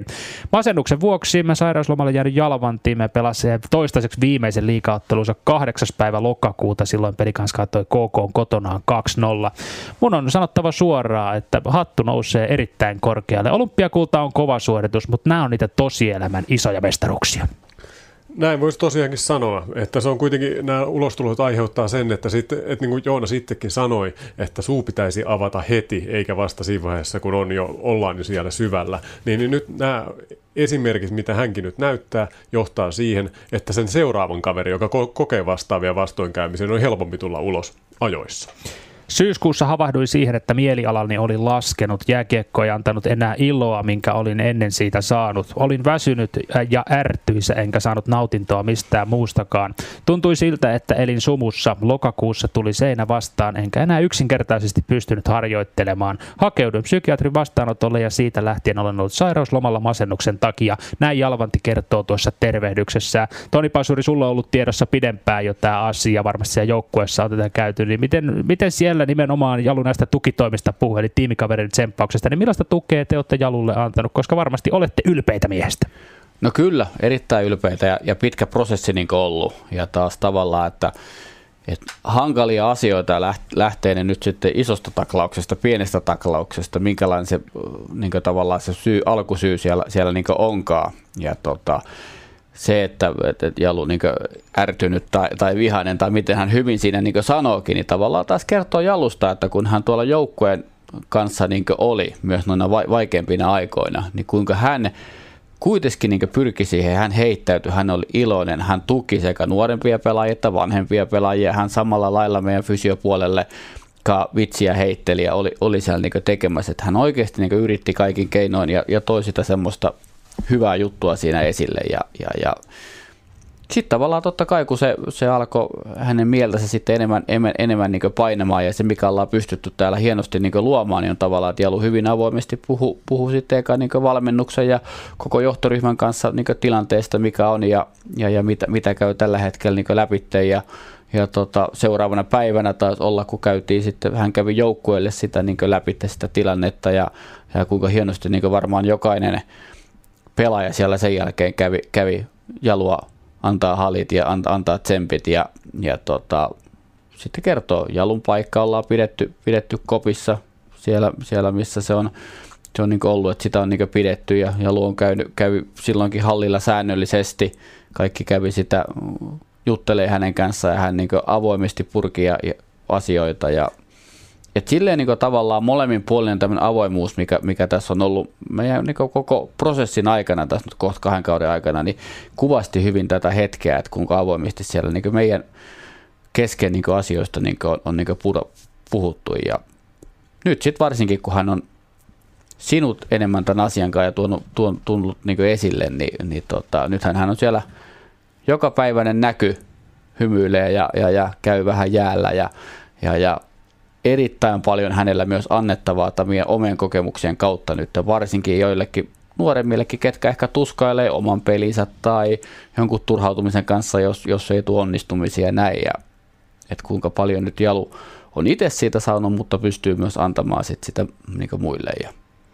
Masennuksen vuoksi mä sairauslomalle jäänyt Jalvantiin. Me pelasi toistaiseksi viimeisen liigaottelunsa kahdeksas päivä lokakuuta. Silloin peli kanssa katsoi K K kotonaan kaksi nolla. Mun on sanottava suoraan, että hattu nousee erittäin korkealle. Olympiakulta on kova suoritus, mutta nämä on niitä tosielämän isoja mestaruuksia. Näin voisi tosiaankin sanoa, että se on kuitenkin, nämä ulostulot aiheuttaa sen, että, sitten, että niin kuin Joona sittenkin sanoi, että suu pitäisi avata heti, eikä vasta siinä vaiheessa, kun on jo, ollaan jo siellä syvällä. Niin, niin nyt nämä esimerkit, mitä hänkin nyt näyttää, johtaa siihen, että sen seuraavan kaveri, joka ko- kokee vastaavia vastoinkäymisiä, on helpompi tulla ulos ajoissa. Syyskuussa havahduin siihen, että mielialani oli laskenut. Jääkiekko ei antanut enää iloa, minkä olin ennen siitä saanut. Olin väsynyt ja ärtyisä, enkä saanut nautintoa mistään muustakaan. Tuntui siltä, että elin sumussa. Lokakuussa tuli seinä vastaan, enkä enää yksinkertaisesti pystynyt harjoittelemaan. Hakeuduin psykiatrin vastaanotolle ja siitä lähtien olen ollut sairauslomalla masennuksen takia. Näin Jalvanti kertoo tuossa tervehdyksessä. Toni Pasuri, sulla on ollut tiedossa pidempään jo tämä asia. Varmasti siellä joukkueessa on tätä käyty. Niin miten, miten siellä nimenomaan Jalu näistä tukitoimista puhuu, eli tiimikaverin tsemppauksesta, niin millaista tukea te olette Jalulle antanut, koska varmasti olette ylpeitä miehestä? No kyllä, erittäin ylpeitä ja, ja pitkä prosessi niin kuin ollut. Ja taas tavallaan, että, että hankalia asioita lähtee ne nyt sitten isosta taklauksesta, pienestä taklauksesta, minkälainen se, niin kuin tavallaan se syy, alkusyy siellä, siellä niin kuin onkaan. Ja tota, se, että, että Jalu niin ärtynyt tai, tai vihainen tai miten hän hyvin siinä niin sanookin, niin tavallaan taas kertoo Jalusta, että kun hän tuolla joukkueen kanssa niin oli myös noina vaikeimpina aikoina, niin kuinka hän kuitenkin niin pyrki siihen, hän heittäytyi, hän oli iloinen, hän tuki sekä nuorempia pelaajia että vanhempia pelaajia, hän samalla lailla meidän fysiopuolelle vitsiä heitteli ja oli, oli siellä niin tekemässä, että hän oikeasti niin yritti kaikin keinoin ja, ja toi sitä semmoista hyvää juttua siinä esille ja, ja, ja sitten tavallaan totta kai, kun se, se alkoi hänen mieltänsä sitten enemmän, enemmän, enemmän niin painamaan ja se, mikä ollaan pystytty täällä hienosti niin luomaan, niin on tavallaan, että Jalu hyvin avoimesti puhu, puhu sitten eka niin valmennuksen ja koko johtoryhmän kanssa niin tilanteesta, mikä on ja, ja, ja mitä, mitä käy tällä hetkellä niin läpitte ja, ja tota, seuraavana päivänä taas olla, kun käytiin sitten, hän kävi joukkueelle sitä niin läpitte sitä tilannetta ja, ja kuinka hienosti niin varmaan jokainen pelaaja siellä sen jälkeen kävi, kävi Jalua antaa halit ja anta, antaa tsempit ja, ja tota, sitten kertoo, Jalun paikka ollaan pidetty, pidetty kopissa siellä, siellä missä se on, se on niin ollut, että sitä on niin pidetty ja Jalu on käynyt, kävi silloinkin hallilla säännöllisesti, kaikki kävi sitä, juttelee hänen kanssaan ja hän niin avoimesti purki ja, ja asioita ja et silleen niin tavallaan molemmin puolinen tämmöinen avoimuus, mikä, mikä tässä on ollut meidän niin koko prosessin aikana, tässä nyt kohta kahden kauden aikana, niin kuvasti hyvin tätä hetkeä, että kuinka avoimesti siellä niin meidän kesken niin asioista niin on, on niin puhuttu. Ja nyt sitten varsinkin, kun hän on sinut enemmän tämän asian kanssa ja tuonut, tuon, tullut niin esille, niin, niin tota, nythän hän on siellä jokapäiväinen näky, hymyilee ja, ja, ja käy vähän jäällä ja, ja, ja erittäin paljon hänellä myös annettavaa meidän omien kokemuksien kautta nyt, varsinkin joillekin nuoremmillekin, ketkä ehkä tuskailee oman pelinsä tai jonkun turhautumisen kanssa, jos, jos ei tule onnistumisia ja näin. Ja, et kuinka paljon nyt Jalu on itse siitä saanut, mutta pystyy myös antamaan sit sitä niin muille. Ja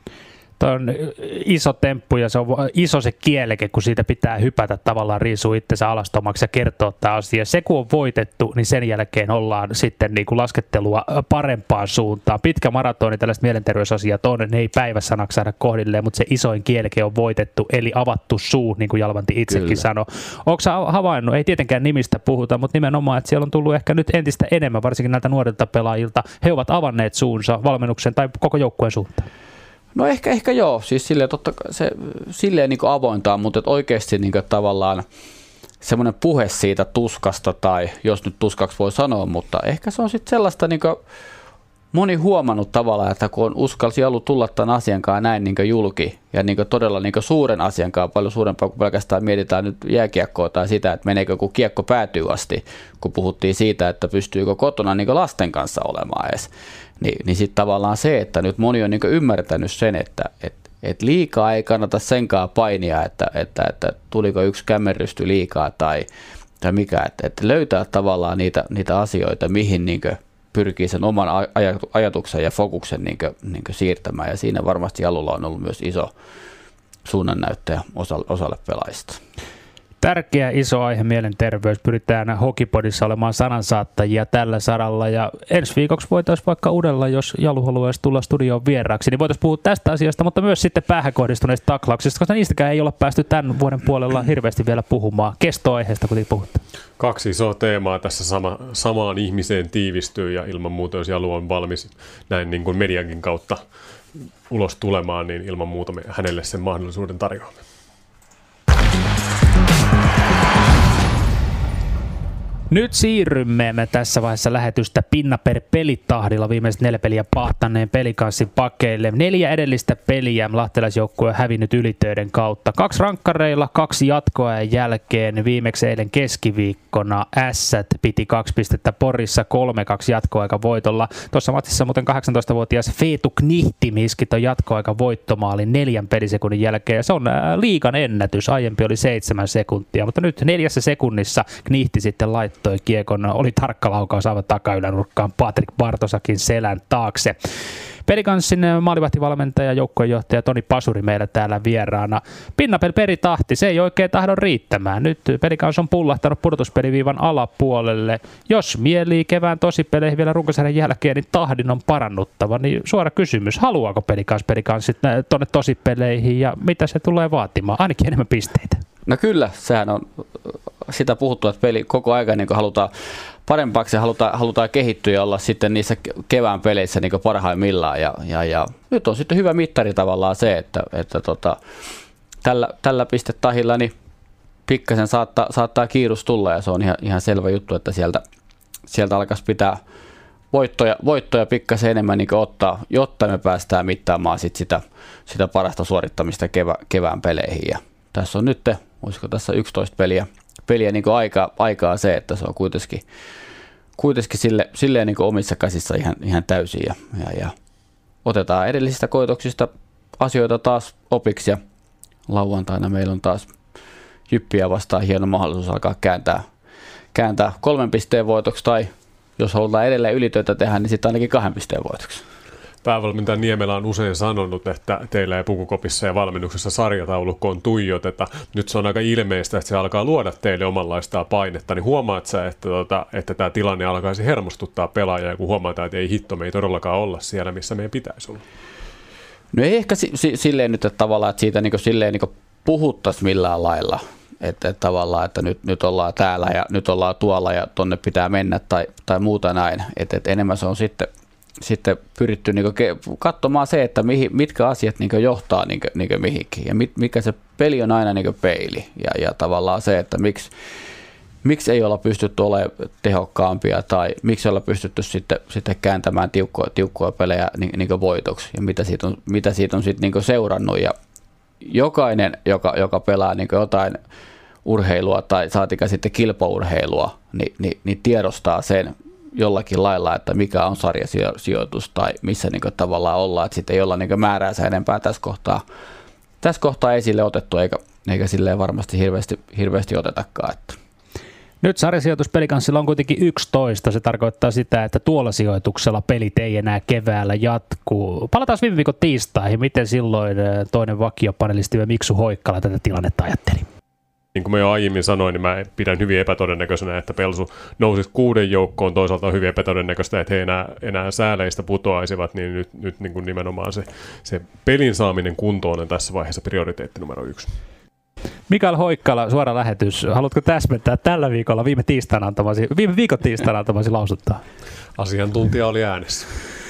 Tämä on iso temppu ja se on iso se kieleke, kun siitä pitää hypätä tavallaan, riisua itsensä alastomaksi ja kertoa tämä asia. Se kun on voitettu, niin sen jälkeen ollaan sitten niin kuin laskettelua parempaan suuntaan. Pitkä maratoni, tällaiset mielenterveysasiat on, ne ei päiväsanaksi saada kohdilleen, mutta se isoin kieleke on voitettu, eli avattu suu, niin kuin Jalvanti itsekin Kyllä. sanoi. Oletko sä havainnut, ei tietenkään nimistä puhuta, mutta nimenomaan, että siellä on tullut ehkä nyt entistä enemmän, varsinkin näiltä nuorilta pelaajilta. He ovat avanneet suunsa valmennuksen tai koko joukkueen suuntaan. No ehkä, ehkä joo, siis silleen, totta, se, silleen niin avointaan, mutta oikeasti niin tavallaan semmoinen puhe siitä tuskasta, tai jos nyt tuskaksi voi sanoa, mutta ehkä se on sitten sellaista, niin moni huomannut tavallaan, että kun on uskalsi ollut tulla tämän asiankaan näin niin julki, ja niin todella niin suuren asiankaan, paljon suurempaa kuin pelkästään mietitään nyt jääkiekkoa tai sitä, että meneekö kun kiekko päätyy asti, kun puhuttiin siitä, että pystyykö kotona niin lasten kanssa olemaan edes. Niin, niin sitten tavallaan se, että nyt moni on niin ymmärtänyt sen, että et, et liikaa ei kannata senkaan painia, että, että, että tuliko yksi kämmerrysty liikaa tai, tai mikä, että, että löytää tavallaan niitä, niitä asioita, mihin niin pyrkii sen oman ajatuksen ja fokuksen niin niin siirtämään. Ja siinä varmasti Jalulla on ollut myös iso, suunnannäyttäjä osalle, osalle pelaajista. Tärkeä iso aihe mielenterveys. Pyritään Hokipodissa olemaan sanansaattajia tällä saralla ja ensi viikoksi voitaisiin vaikka Udella, jos Jalu haluaisi tulla studioon vieraaksi, niin voitaisiin puhua tästä asiasta, mutta myös sitten päähän kohdistuneista taklauksista, koska niistäkään ei olla päästy tämän vuoden puolella hirveästi vielä puhumaan. Kestoaiheesta, kun puhutte. Kaksi isoa teemaa tässä sama, samaan ihmiseen tiivistyy ja ilman muuta, jos Jalu on valmis näin niin kuin mediankin kautta ulos tulemaan, niin ilman muuta me hänelle sen mahdollisuuden tarjoamme. Nyt siirrymme me tässä vaiheessa lähetystä pinna per pelitahdilla viimeiset neljä peliä pahtaneen Pelikanssin pakeille. Neljä edellistä peliä lahtelaisjoukkue on hävinnyt ylitöiden kautta. Kaksi rankkareilla, kaksi jatkoajan jälkeen. Viimeksi eilen keskiviikkona Ässät piti kaksi pistettä Porissa, kolme kaksi jatkoaika voitolla. Tuossa matsissa muuten kahdeksantoistavuotias Feetu Knihti miski ton jatkoaika voittomaalin neljän pelisekunnin jälkeen. Ja se on liigan ennätys. Aiempi oli seitsemän sekuntia, mutta nyt neljässä sekunnissa Knihti sitten laittoi toi kiekon, oli tarkka laukaus aivan takaylänurkkaan Patrik Bartosakin selän taakse. Pelikanssin maalivahtivalmentaja, joukkuejohtaja Toni Pasuri meillä täällä vieraana. Pinnapel peritahti, se ei oikein tahdo riittämään. Nyt Pelikans on pullahtanut pudotuspeliviivan alapuolelle. Jos mielii kevään tosipeleihin vielä runkosarjan jälkeen, niin tahdin on parannuttava. Niin suora kysymys, haluaako Pelikans Pelikanssit tuonne tosipeleihin ja mitä se tulee vaatimaan? Ainakin enemmän pisteitä. No kyllä, sehän on sitä puhuttu, että peli koko ajan niin halutaan parempaaksi ja halutaan, halutaan kehittyä ja olla sitten niissä kevään peleissä niin parhaimmillaan. Ja, ja, ja nyt on sitten hyvä mittari tavallaan se, että, että tota, tällä, tällä pistetahilla niin pikkasen saattaa, saattaa kiirus tulla ja se on ihan, ihan selvä juttu, että sieltä, sieltä alkaisi pitää voittoja, voittoja pikkasen enemmän niin ottaa, jotta me päästään mittaamaan sit sitä, sitä parasta suorittamista kevä, kevään peleihin. Ja tässä on nyt, olisiko tässä yksitoista peliä, peliä niin aikaa, aikaa se, että se on kuitenkin, kuitenkin sille, silleen niin omissa käsissä ihan, ihan täysin. Ja, ja, ja otetaan edellisistä koitoksista asioita taas opiksi ja lauantaina meillä on taas Jyppiä vastaan hieno mahdollisuus alkaa kääntää, kääntää kolmen pisteen voitoksi tai jos halutaan edelleen ylitöitä tehdä, niin sitten ainakin kahden pisteen voitoksi. Päävalmentaja Niemelä on usein sanonut, että teillä ei pukukopissa ja valmennuksessa sarjataulukkoon tuijoteta. Nyt se on aika ilmeistä, että se alkaa luoda teille omanlaistaan painetta. Niin huomaat sä, että, tuota, että tämä tilanne alkaisi hermostuttaa pelaajaa, kun huomataan, että ei hitto, me ei todellakaan olla siellä, missä meidän pitäisi olla. No ei ehkä si- si- silleen nyt, että tavallaan, että siitä niin silleen niin puhuttaisiin millään lailla. Että, että tavallaan, että nyt, nyt ollaan täällä ja nyt ollaan tuolla ja tonne pitää mennä tai, tai muuta näin. Että, että enemmän se on sitten sitten pyritty niin katsomaan se, että mihin, mitkä asiat niin johtaa niin, niin mihinkin ja mit, mikä se peli on aina niin peili ja, ja tavallaan se, että miksi, miksi ei olla pystytty olemaan tehokkaampia tai miksi ei olla pystytty sitten, sitten kääntämään tiukkoja, tiukkoja pelejä niin, niin voitoksi ja mitä siitä on, mitä siitä on sitten niin seurannut ja jokainen, joka, joka pelaa niin jotain urheilua tai saatika sitten kilpaurheilua, niin, niin, niin tiedostaa sen jollakin lailla, että mikä on sarjasijoitus tai missä niin kuin tavallaan ollaan, että sitten ei olla niin määräänsä enempää tässä kohtaa, tässä kohtaa esille otettu, eikä, eikä silleen varmasti hirveästi, hirveästi otetakaan. Että. Nyt sarjasijoitus Pelikanssilla on kuitenkin yksitoista. Se tarkoittaa sitä, että tuolla sijoituksella pelit ei enää keväällä jatkuu. Palataan viime viikon tiistaihin. Miten silloin toinen vakiopanelisti Miksu Hoikkala tätä tilannetta ajatteli? Niin kuin mä jo aiemmin sanoin, niin mä pidän hyvin epätodennäköisenä, että Pelsu nousisi kuuden joukkoon. Toisaalta on hyvin epätodennäköistä, että he enää, enää sääleistä putoaisivat, niin nyt, nyt niin kuin nimenomaan se, se pelin saaminen kuntoon on tässä vaiheessa prioriteetti numero yksi. Mikael Hoikkala, suora lähetys. Haluatko täsmentää tällä viikolla viime, tiistaina antamasi, viime viikon tiistaina antamasi lausuttaa? Asiantuntija oli äänessä.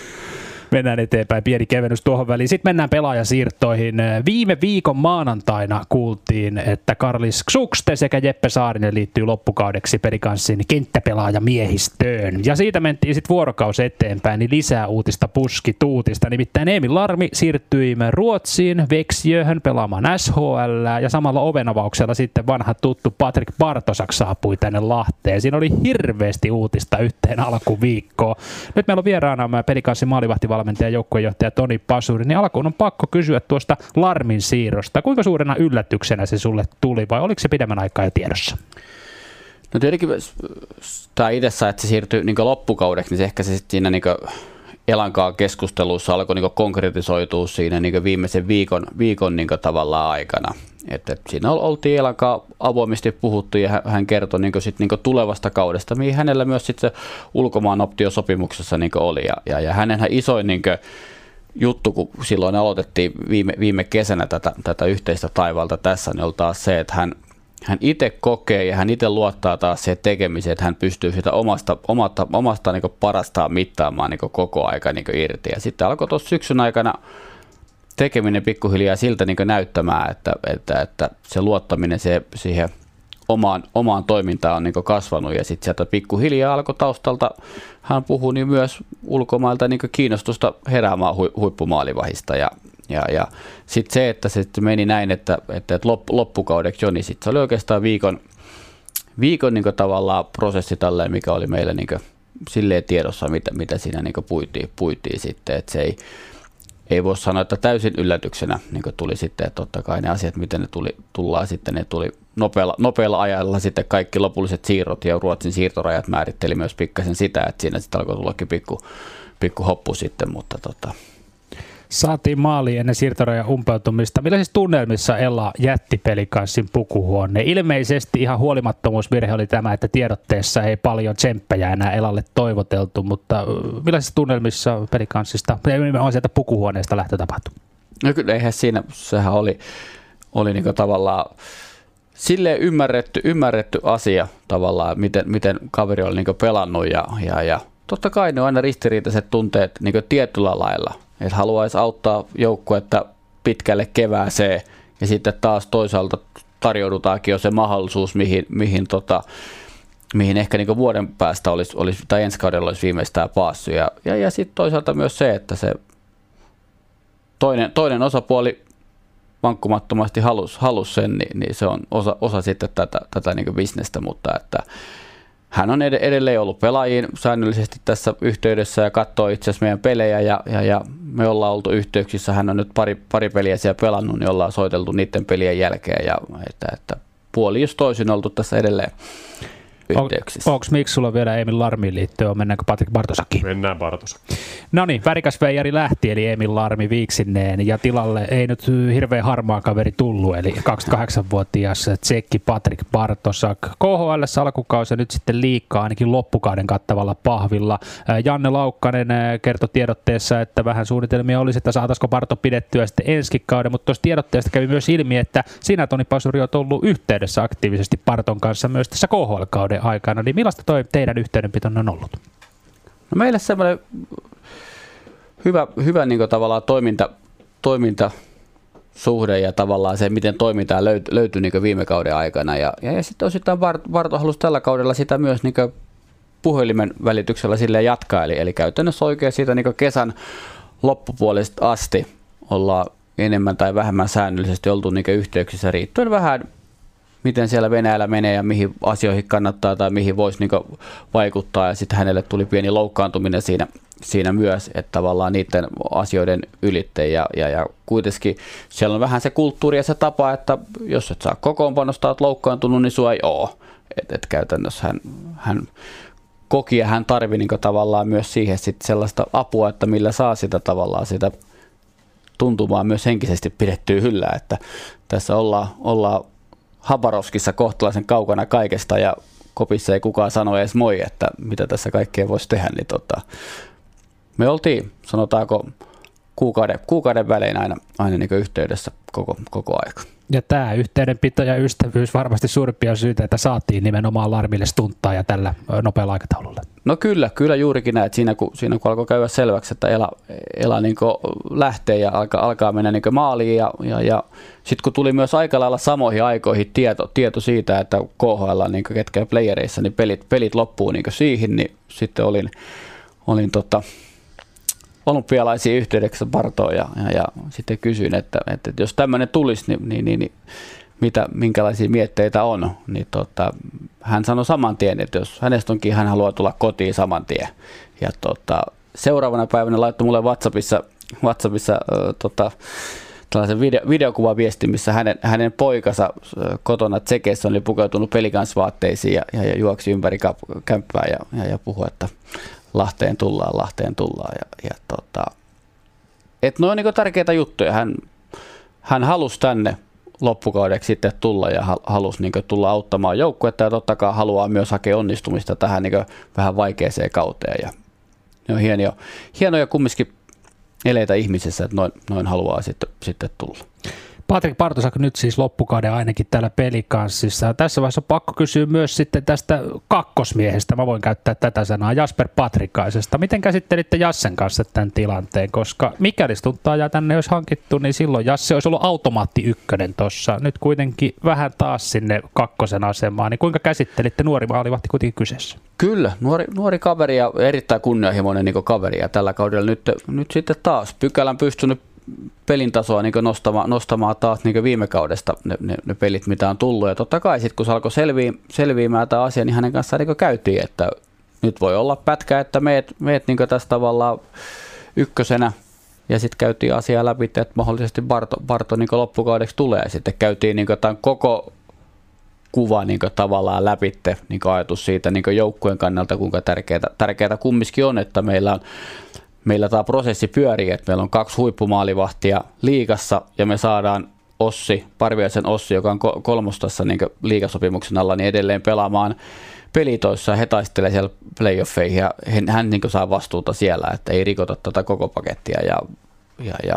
Mennään eteenpäin, pieni kevennys tuohon väliin. Sitten mennään pelaajasiirtoihin. Viime viikon maanantaina kuultiin, että Karlis Xukste sekä Jeppe Saarinen liittyy loppukaudeksi Pelikanssin kenttäpelaajamiehistöön. Ja siitä mentiin sitten vuorokausi eteenpäin, niin lisää uutista puski tuutista. Nimittäin Emil Larmi siirtyi Ruotsiin, Veksiöhön pelaamaan S H L ja samalla ovenavauksella sitten vanha tuttu Patrik Bartosak saapui tänne Lahteen. Siinä oli hirveästi uutista yhteen alkuviikkoon. Nyt meillä on vieraana Pelikanssin maalivahtivalmentaja ja joukkuejohtaja Toni Pasuri, niin alkuun on pakko kysyä tuosta Larmin siirrosta. Kuinka suurena yllätyksenä se sulle tuli vai oliko se pidemmän aikaa jo tiedossa? No tietenkin tämä itsessään, että se siirtyi niin loppukaudeksi, niin se ehkä se siinä niin Elankaan keskustelussa alkoi niin konkretisoitua siinä niin viimeisen viikon, viikon niin tavallaan aikana. Että siinä oltiin Elankaan avoimesti puhuttu ja hän kertoi niin sit niin tulevasta kaudesta, mihin hänellä myös sit se ulkomaan optiosopimuksessa niin oli. Ja, ja, ja hänenhän isoin niin juttu, kun silloin aloitettiin viime, viime kesänä tätä, tätä yhteistä taivalta tässä, niin oli taas se, että hän Hän itse kokee ja hän itse luottaa taas siihen tekemiseen, että hän pystyy sitä omasta, omasta, omasta niin parastaan mittaamaan niin koko aika niin irti. Ja sitten alkoi tuossa syksyn aikana tekeminen pikkuhiljaa siltä niin näyttämään, että, että, että se luottaminen se, siihen omaan, omaan toimintaan on niin kasvanut. Ja sitten sieltä pikkuhiljaa alkoi taustalta, hän puhuu niin myös ulkomailta niin kiinnostusta heräämään hu, huippumaalivahista. Ja Ja, ja sitten se, että se meni näin, että, että loppukaudeksi jo, niin sitten se oli oikeastaan viikon, viikon niin tavallaan prosessi tälleen, mikä oli meillä niin silleen tiedossa, mitä, mitä siinä niin puitiin, puitiin sitten. Että se ei, ei voi sanoa, että täysin yllätyksenä niin tuli sitten, että totta kai ne asiat, miten ne tuli, tullaan sitten, ne tuli nopealla, nopealla ajalla sitten kaikki lopulliset siirrot ja Ruotsin siirtorajat määritteli myös pikkasen sitä, että siinä sitten alkoi tullakin pikku, pikku hoppu sitten, mutta tota, saatiin maaliin ennen siirtorajan umpeutumista. Millaisissa tunnelmissa Ella jätti Pelikanssin pukuhuoneen? Ilmeisesti ihan huolimattomuusvirhe oli tämä, että tiedotteessa ei paljon tsemppejä enää Elalle toivoteltu, mutta millaisissa tunnelmissa Pelikanssista, on sieltä pukuhuoneesta lähtö tapahtui? No kyllä eihän siinä, sehän oli, oli niin kuin tavallaan silleen ymmärretty, ymmärretty asia tavallaan, miten, miten kaveri oli niin kuin pelannut ja, ja, ja totta kai ne on aina ristiriitaiset tunteet niin kuin tietyllä lailla. Että haluaisi auttaa joukkuetta pitkälle kevääseen ja sitten taas toisaalta tarjoudutaankin jo se mahdollisuus, mihin, mihin, tota, mihin ehkä niin vuoden päästä olisi, olisi, tai ensi kaudella olisi viimeistään päässyt. Ja, ja, ja sitten toisaalta myös se, että se toinen, toinen osapuoli vankkumattomasti halusi, halusi sen, niin, niin se on osa, osa sitten tätä, tätä niin bisnestä, mutta että hän on edelleen ollut pelaajiin säännöllisesti tässä yhteydessä ja katsoo itse asiassa meidän pelejä ja, ja, ja me ollaan oltu yhteyksissä. Hän on nyt pari, pari peliä siellä pelannut, niin ollaan soiteltu niiden pelien jälkeen ja että, että puoli just toisin oltu tässä edelleen yhteyksissä. On, onko miksi sulla vielä Emil Larmiin liittyen, on mennäänkö Patrik Bartosakin? Mennään Bartosakin. No niin, värikäs veijari lähti, eli Emil Larmi viiksineen, ja tilalle ei nyt hirveän harmaa kaveri tullut, eli kaksikymmentäkahdeksanvuotias tsekki Patrik Bartosak. K H L:ssä alkukausi nyt sitten liikaa ainakin loppukauden kattavalla pahvilla. Janne Laukkanen kertoi tiedotteessa, että vähän suunnitelmia olisi, että saataisiko Barto pidettyä sitten ensi kauden, mutta tuossa tiedotteesta kävi myös ilmi, että sinä, Toni Pasuri, olet ollut yhteydessä aktiivisesti Barton kanssa myös tässä K H L-kauden aikana, niin millaista toi teidän yhteydenpitonne on ollut? No meille semmoinen hyvä, hyvä niin kuin tavallaan toiminta, toimintasuhde ja tavallaan se, miten toimintaa löytyi, löytyi niin kuin viime kauden aikana. Ja, ja, ja sitten osittain Barto halusi tällä kaudella sitä myös niin kuin puhelimen välityksellä silleen jatkaa. Eli, eli käytännössä oikein siitä niin kuin kesän loppupuolesta asti ollaan enemmän tai vähemmän säännöllisesti oltu niin kuin yhteyksissä riittyen vähän, miten siellä Venäjällä menee ja mihin asioihin kannattaa tai mihin voisi niinku vaikuttaa. Ja sitten hänelle tuli pieni loukkaantuminen siinä, siinä myös, että tavallaan niiden asioiden ylitte. Ja, ja, ja kuitenkin siellä on vähän se kulttuuri ja se tapa, että jos et saa kokoonpanosta, olet loukkaantunut, niin sua ei ole. Että et käytännössä hän, hän koki ja hän tarvitsi niinku tavallaan myös siihen sit sellaista apua, että millä saa sitä tavallaan sitä tuntumaan myös henkisesti pidettyä yllä. Että tässä ollaan, ollaan Habarovskissa kohtalaisen kaukana kaikesta ja kopissa ei kukaan sano edes moi, että mitä tässä kaikkea voisi tehdä. Niin tota, me oltiin, sanotaanko, kuukauden, kuukauden välein aina, aina niin yhteydessä koko, koko aika. Ja tämä yhteydenpito ja ystävyys varmasti suurimpia syitä, että saatiin nimenomaan Larmille stunttaa ja tällä nopealla aikataululla. No kyllä, kyllä juurikin näin, että siinä kun, siinä kun alkoi käydä selväksi, että Ela, Ela niin lähtee ja alkaa, alkaa mennä niin maaliin ja, ja, ja sitten kun tuli myös aika lailla samoihin aikoihin tieto, tieto siitä, että K H L, niin ketkä playereissa, niin pelit, pelit loppuu niin siihen, niin sitten olin, olin tota, olympialaisia yhteydessä Bartoon ja, ja, ja sitten kysyin, että, että jos tämmöinen tulisi, niin, niin, niin, niin mitä, minkälaisia mietteitä on, niin tota, hän sanoi saman tien, että jos hänestä onkin, hän haluaa tulla kotiin saman tien. Ja tota, seuraavana päivänä laittoi mulle WhatsAppissa, WhatsAppissa äh, tota, tällaisen video, videokuvaviestin, missä hänen, hänen poikansa kotona Tsekeissä oli pukeutunut pelikansvaatteisiin ja, ja, ja juoksi ympäri kämppää ja, ja, ja puhui, että Lahteen tullaan, Lahteen tullaan. Ja, ja tota, et ne on niin tärkeitä juttuja. Hän, hän halusi tänne loppukaudeksi sitten tulla ja halusi niin tulla auttamaan joukkuetta ja totta kai haluaa myös hakea onnistumista tähän niin vähän vaikeaseen kauteen. Ja ne on hienoja, hienoja kumminkin eleitä ihmisessä, että noin, noin haluaa sitten, sitten tulla. Patrik Bartosak nyt siis loppukauden ainakin täällä Pelikanssissa. Tässä vaiheessa on pakko kysyä myös sitten tästä kakkosmiehestä. Mä voin käyttää tätä sanaa, Jasper Patrikaisesta. Miten käsittelitte Jassen kanssa tämän tilanteen? Koska mikäli Stuntaa ja tänne olisi hankittu, niin silloin Jasse olisi ollut automaatti ykkönen tuossa. Nyt kuitenkin vähän taas sinne kakkosen asemaan. Niin kuinka käsittelitte nuori maalivahti kuitenkin kyseessä? Kyllä, nuori, nuori kaveri ja erittäin kunnianhimoinen niin kaveri. Ja tällä kaudella nyt, nyt sitten taas pykälän pystynyt pelin tasoa niin nostamaan, nostamaan taas niin viime kaudesta ne, ne, ne pelit, mitä on tullut. Ja totta kai sitten kun se alkoi selviä, selviämään tämä asia, niin hänen kanssaan niin käytiin, että nyt voi olla pätkä, että meet, meet niin tässä tavallaan ykkösenä. Ja sitten käytiin asiaa läpi, että mahdollisesti Barto, Barto niin loppukaudeksi tulee. Ja sitten käytiin niin tämän koko kuva niin tavallaan läpitte, niin ajatus siitä niin joukkueen kannalta, kuinka tärkeää, tärkeää kumminkin on, että meillä on Meillä tämä prosessi pyörii, että meillä on kaksi huippumaalivahtia liigassa ja me saadaan Ossi, Parviaisen Ossi, joka on kolmostassa niin liigasopimuksen alla, niin edelleen pelaamaan pelitoissa. He taistelee siellä playoffeihin ja hän niin saa vastuuta siellä, että ei rikota tätä koko pakettia. Ja, ja, ja.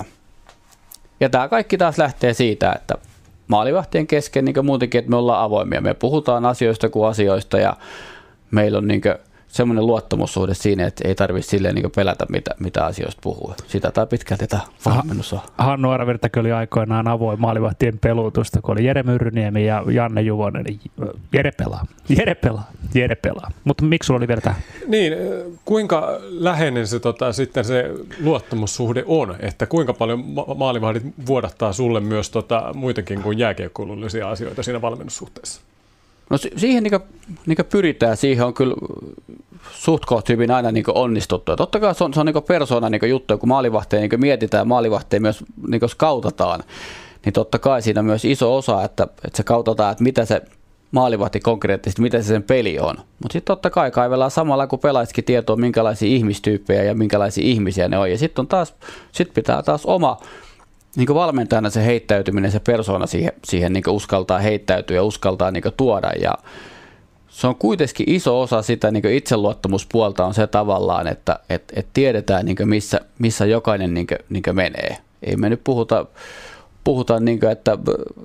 ja tämä kaikki taas lähtee siitä, että maalivahtien kesken niin muutenkin, että me ollaan avoimia. Me puhutaan asioista kuin asioista ja meillä on niin semmoinen luottamussuhde siinä, että ei tarvitse silleen niin pelätä, mitä, mitä asioista puhuu. Sitä tai pitkälti tämä valmennus on. Hannu Aravirtakin oli aikoinaan avoin maalivahtien pelutusta, kun oli Jere Myrryniemi ja Janne Juvonen. Jere pelaa, Jere pelaa, Jere pelaa. Mutta miksi sulla oli vielä tähän? Niin, kuinka läheinen se, tota, sitten se luottamussuhde on, että kuinka paljon ma- maalivahdit vuodattaa sulle myös tota, muitakin kuin jääkiekkoilullisia asioita siinä valmennussuhteessa? No siihen niin kuin, niin kuin pyritään, siihen on kyllä suht koht hyvin aina niin onnistuttu. Ja totta kai se on, se on niin persoona niin juttu, kun maalivahteen niin mietitään, maalivahteen myös niin skautataan, niin totta kai siinä on myös iso osa, että, että se kautataan, että mitä se maalivahti konkreettisesti, mitä se sen peli on. Mutta sitten totta kai kaivellaan samalla, kun pelaisikin tietoa, minkälaisia ihmistyyppejä ja minkälaisia ihmisiä ne on. Ja sitten sit pitää taas oma niin valmentajana se heittäytyminen, se persoona siihen, siihen niin uskaltaa heittäytyä ja uskaltaa niin tuoda. Ja se on kuitenkin iso osa sitä niin itseluottamuspuolta on se tavallaan, että et, et tiedetään niin missä, missä jokainen niin kuin, niin menee. Ei me nyt puhuta, puhuta niin kuin, että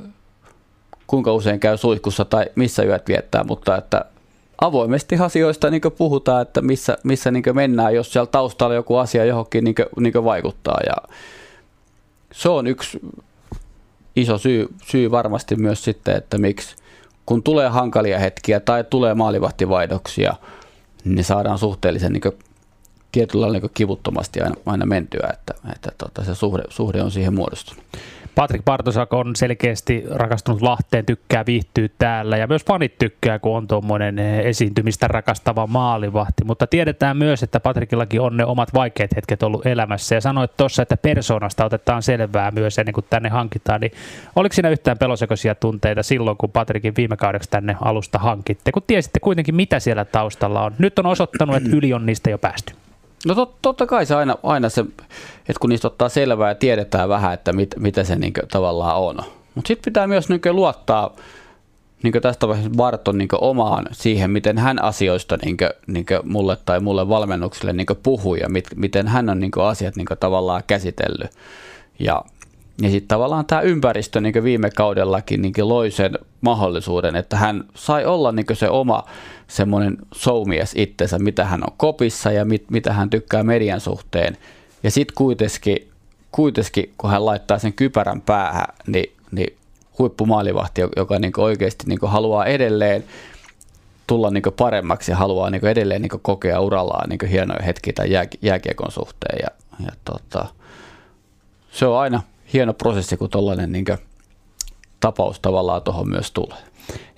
kuinka usein käy suihkussa tai missä yöt viettää, mutta että avoimesti asioista niin puhutaan, että missä, missä niin mennään, jos siellä taustalla joku asia johonkin niin niin vaikuttaa. Ja se on yksi iso syy, syy varmasti myös sitten, että miksi kun tulee hankalia hetkiä tai tulee maalivahtivaihdoksia, niin saadaan suhteellisen niin tietyllä niin kivuttomasti aina, aina mentyä, että, että tota, se suhde, suhde on siihen muodostunut. Patrik Bartosak on selkeästi rakastunut Lahteen, tykkää viihtyä täällä ja myös fanit tykkää, kun on tuommoinen esiintymistä rakastava maalivahti. Mutta tiedetään myös, että Patrikillakin on ne omat vaikeat hetket ollut elämässä ja sanoit tuossa, että persoonasta otetaan selvää myös ennen kuin tänne hankitaan. Niin oliko siinä yhtään pelosekoisia tunteita silloin, kun Patrikin viime kaudeksi tänne alusta hankitte, kun tiesitte kuitenkin mitä siellä taustalla on? Nyt on osoittanut, että yli on niistä jo päästy. No tot, totta kai se aina, aina se, että kun niistä ottaa selvää ja tiedetään vähän, että mit, mitä se niin kuin, tavallaan on. Mutta sitten pitää myös niin kuin, luottaa niin kuin tästä vaiheessa Barton niin kuin, omaan siihen, miten hän asioista niin kuin, niin kuin mulle tai mulle valmennukselle niin kuin, puhuu ja mit, miten hän on niin kuin, asiat niin kuin, tavallaan käsitellyt. Ja, ja sitten tavallaan tämä ympäristö niin kuin viime kaudellakin niin kuin, loi sen mahdollisuuden, että hän sai olla niin kuin, se oma semmoinen showmies itsensä, mitä hän on kopissa ja mit, mitä hän tykkää median suhteen. Ja sitten kuitenkin, kuitenkin, kun hän laittaa sen kypärän päähän, niin, niin huippumaalivahti, joka niinku oikeasti niinku haluaa edelleen tulla niinku paremmaksi ja haluaa niinku edelleen niinku kokea urallaan niinku hienoja hetkiä tämän jää, jääkiekon suhteen. Ja, ja tota, se on aina hieno prosessi, kun tuollainen niinku tapaus tavallaan tuohon myös tulee.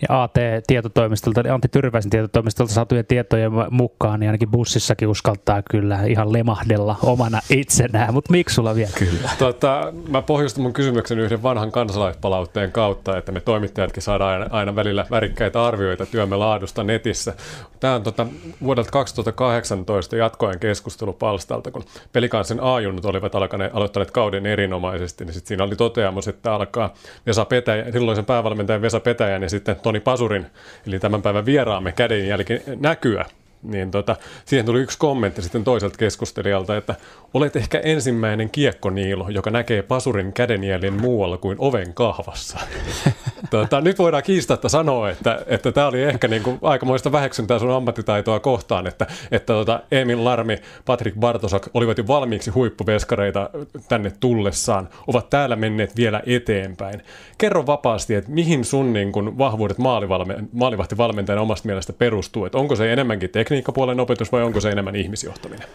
Ja A T-tietotoimistolta, eli Antti Tyrväisen tietotoimistolta saatujen tietojen mukaan, niin ainakin bussissakin uskaltaa kyllä ihan lemahdella omana itsenään, mutta miksi sulla vielä? Kyllä. Tota, mä pohjustan mun kysymyksen yhden vanhan kansalaispalautteen kautta, että me toimittajatkin saadaan aina, aina välillä värikkäitä arvioita työmme laadusta netissä. Tämä on tota, vuodelta kaksituhattakahdeksantoista jatkoajan keskustelupalstalta, kun Pelikansin A-junnut olivat alkaneet, aloittaneet kauden erinomaisesti, niin sit siinä oli toteamus, että alkaa Vesa Petäjä, silloisen päävalmentajan Vesa Petäjän ja sitten Toni Pasurin, eli tämän päivän vieraamme kädenjälki näkyä. Niin tota, siihen tuli yksi kommentti sitten toiselta keskustelijalta, että olet ehkä ensimmäinen kiekkoniilo, joka näkee Pasurin kädenjäljen muualla kuin oven kahvassa. tota, nyt voidaan kiistatta sanoa, että että tämä oli ehkä niinku aikamoista väheksyntää sun ammattitaitoa kohtaan, että, että tota Emil Larmi, Patrik Bartosak olivat jo valmiiksi huippuveskareita tänne tullessaan, ovat täällä menneet vielä eteenpäin. Kerro vapaasti, että mihin sun niin kun vahvuudet maalivalme- maalivahtivalmentajana omasta mielestä perustuu, että onko se enemmänkin tekniikkapuolen opetus vai onko se enemmän ihmisjohtaminen?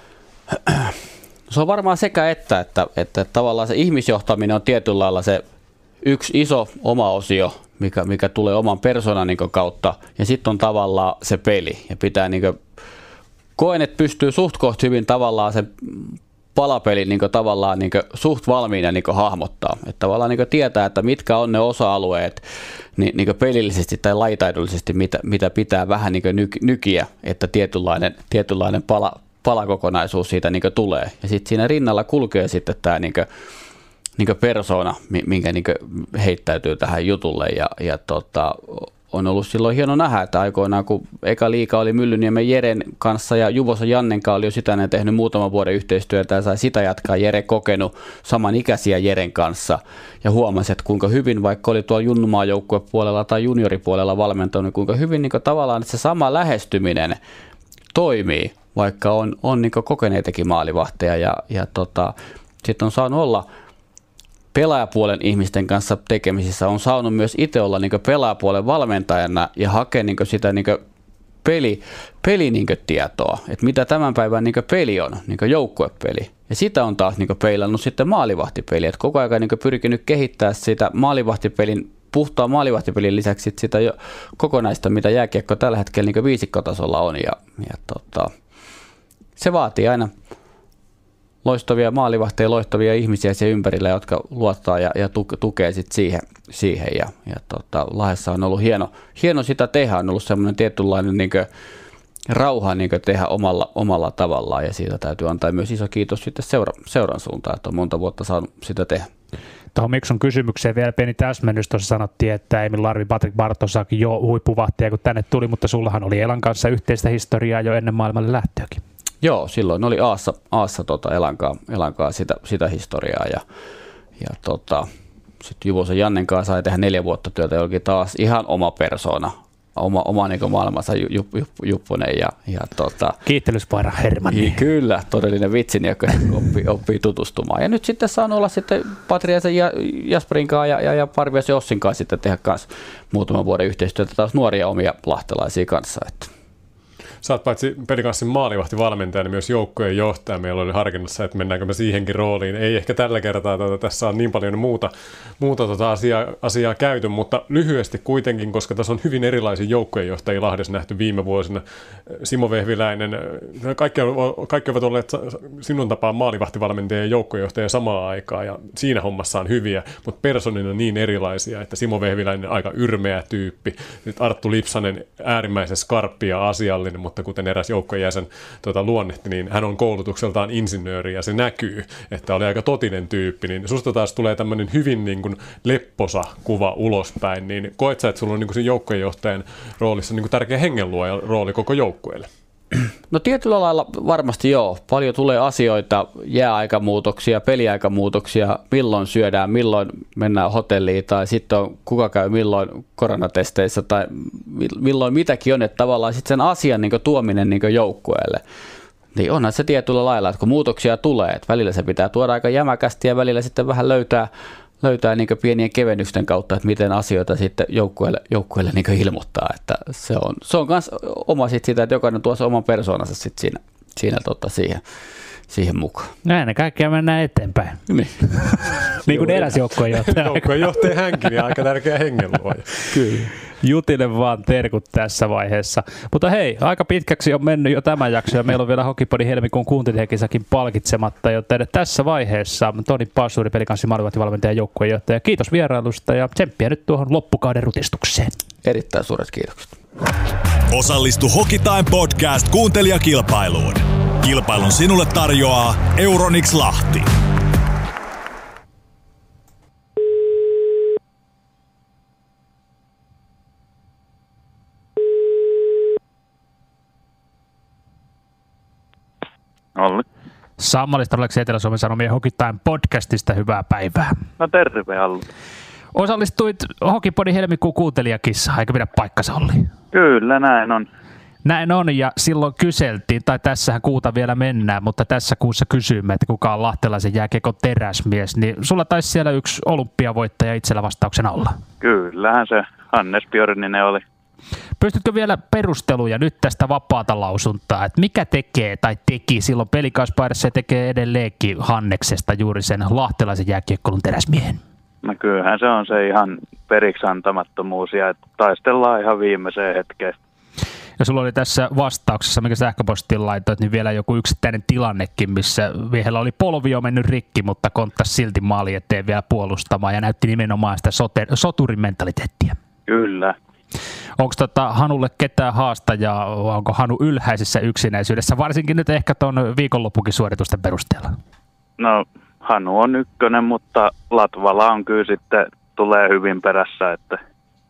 Se on varmaan sekä että, että, että tavallaan se ihmisjohtaminen on tietyllä lailla se yksi iso oma osio, mikä, mikä tulee oman persoonan niin kautta, ja sitten on tavallaan se peli. Ja pitää, niin kuin, koen, että pystyy suht koht hyvin tavallaan se palapelin niin tavallaan niin suht valmiina niin hahmottaa. Että tavallaan niin tietää, että mitkä on ne osa-alueet niin, niin pelillisesti tai lajitaidollisesti, mitä, mitä pitää vähän niin nyk, nykiä, että tietynlainen, tietynlainen pala, palakokonaisuus siitä niin tulee. Ja sitten siinä rinnalla kulkee sitten tämä niin niin persoona, minkä niin heittäytyy tähän jutulle. Ja, ja tota, on ollut silloin hieno nähdä, että aikoinaan kun eka liiga oli Myllyniemen Jeren kanssa ja Juvosen Jannenkaan oli jo sitä ne tehnyt muutaman vuoden yhteistyötä ja sai sitä jatkaa. Jere kokenut samanikäisiä Jeren kanssa ja huomasi, että kuinka hyvin, vaikka oli tuolla junnumaajoukkuepuolella tai junioripuolella valmentanut, niin kuinka hyvin niin tavallaan että se sama lähestyminen toimii, vaikka on, on niin kokeneitakin maalivahteja ja, ja tota, sitten on saanut olla pelaajapuolen ihmisten kanssa tekemisissä, on saanut myös itse olla niin pelaajapuolen valmentajana ja hakea niin sitä niin peli, peli niin tietoa, että mitä tämän päivän niin peli on, niin joukkuepeli. Ja sitä on taas niin peilannut sitten maalivahtipeli, että koko ajan niin pyrkinyt kehittää sitä maalivahtipelin, puhtaan maalivahtipelin lisäksi sitä jo kokonaista, mitä jääkiekko tällä hetkellä niin viisikkotasolla on. Ja, ja tota, se vaatii aina loistavia maalivahteja, loistavia ihmisiä siellä ympärillä, jotka luottaa ja, ja tukee sit siihen. siihen. Ja, ja tota, Lahdessa on ollut hieno, hieno sitä tehdä, on ollut semmoinen tietynlainen niin kuin, rauha niin kuin, tehdä omalla, omalla tavallaan ja siitä täytyy antaa myös iso kiitos sitten seura, seuran suuntaan, että on monta vuotta saanut sitä tehdä. Tuohon Mikson kysymykseen vielä pieni täsmennys. Tuossa sanottiin, että Emil Larvi, Patrik Bartosak jo huippuvahtia, kun tänne tuli, mutta sullahan oli Elan kanssa yhteistä historiaa jo ennen maailmalle lähtöäkin. Joo, silloin oli Aassa, Aassa tota Elankaa, Elankaa sitä, sitä historiaa ja, ja tota, sitten Juvosen Jannen kanssa sai tehdä neljä vuotta työtä, jollekin taas ihan oma persoona, oma, oma niin maailmansa jup, jup, Juppunen. Ja, ja tota, kiittelyspaira Hermanni. Kyllä, todellinen vitsin, joka oppii, oppii tutustumaan. Ja nyt sitten saan olla sitten Patriasen ja Jasperin kanssa ja, ja, ja Parvias Jossin kanssa sitten tehdä kanssa muutaman vuoden yhteistyötä taas nuoria omia lahtelaisia kanssa. Että. Sä oot paitsi Pelikanssin maalivahtivalmentaja, niin myös joukkojen johtaja. Meillä oli harkinnassa, että mennäänkö me siihenkin rooliin. Ei ehkä tällä kertaa, tätä, tässä on niin paljon muuta, muuta tota asiaa, asiaa käyty, mutta lyhyesti kuitenkin, koska tässä on hyvin erilaisia joukkojen johtajia Lahdessa nähty viime vuosina. Simo Vehviläinen, kaikki, kaikki ovat olleet sinun tapaan maalivahtivalmentajia ja joukkojen johtajia samaan aikaan, ja siinä hommassa on hyviä, mutta persoonina niin erilaisia, että Simo Vehviläinen aika yrmeä tyyppi, nyt Arttu Lipsanen äärimmäisen skarppi ja asiallinen, mutta kuten eräs joukkojen jäsen tuota, luonnehti, niin hän on koulutukseltaan insinööri ja se näkyy, että oli aika totinen tyyppi, niin susta taas tulee tämmöinen hyvin niin kuin lepposa kuva ulospäin, niin koet sä, että sulla on niin kuin joukkojen johtajan roolissa niin kuin tärkeä hengenluoja rooli koko joukkueelle? No tietyllä lailla varmasti joo. Paljon tulee asioita, jääaikamuutoksia, peliaikamuutoksia, milloin syödään, milloin mennään hotelliin tai sitten on kuka käy milloin koronatesteissä tai milloin mitäkin on, että tavallaan sitten sen asian niin kuin tuominen niin kuin joukkueelle. Niin onhan se tietyllä lailla, että kun muutoksia tulee, että välillä se pitää tuoda aika jämäkästi ja välillä sitten vähän löytää löytää niin pienien kevennysten kautta, että miten asioita sitten joukkueelle, joukkueelle niin ilmoittaa. Että se on se on myös oma sit sitä, että jokainen tuo se oman persoonansa sit siinä, siinä totta siihen, siihen mukaan. No ennen kaikkea mennään eteenpäin. Niin, niin kuin eräs joukkueenjohtaja. Joukkueenjohtaja hänkin ja aika tärkeä hengenluoja. Kyllä. Jutille vaan terkut tässä vaiheessa. Mutta hei, aika pitkäksi on mennyt jo tämä jakso ja meillä on vielä Hokipodin helmikuun kuuntelijakisakin palkitsematta, joten tässä vaiheessa Toni Paasuri, Pelikanssi maalivahtivalmentaja ja joukkuejohtaja. Kiitos vierailusta ja tsemppiä nyt tuohon loppukauden rutistukseen. Erittäin suuret kiitokset. Osallistu Hockeytime Podcast -kuuntelijakilpailuun. Kilpailun sinulle tarjoaa Euronics Lahti. Olli. Sammalista Oleksi Etelä-Suomen Sanomien Hockeytime podcastista, hyvää päivää. No terve, Olli. Osallistuit Hokipodin helmikuun kuuntelijakissaan, eikö pidä paikkansa, Olli? Kyllä, näin on. Näin on, ja silloin kyseltiin, tai tässähän kuuta vielä mennään, mutta tässä kuussa kysymme, että kuka on lahtelaisen jääkiekon teräsmies, niin sulla taisi siellä yksi olympiavoittaja itsellä vastauksena olla. Kyllähän se Hannes Björninen oli. Pystytkö vielä perusteluja nyt tästä vapaata lausuntaa, että mikä tekee tai teki silloin Pelikanspaidassa ja tekee edelleenkin Hanneksesta juuri sen lahtelaisen jääkiekkoilun teräsmiehen? No kyllähän se on se ihan periksi antamattomuus ja taistellaan ihan viimeiseen hetkeen. Ja sulla oli tässä vastauksessa, mikä sähköpostiin laitoit, niin vielä joku yksittäinen tilannekin, missä miehellä oli polvi jo mennyt rikki, mutta konttasi silti maali eteen vielä puolustamaan ja näytti nimenomaan sitä sote- soturin mentaliteettia. Kyllä. Onko tota Hanulle ketään haastajaa, onko Hanu ylhäisessä yksinäisyydessä, varsinkin nyt ehkä tuon viikonloppukin suoritusten perusteella? No Hanu on ykkönen, mutta Latvala on kyllä sitten, tulee hyvin perässä, että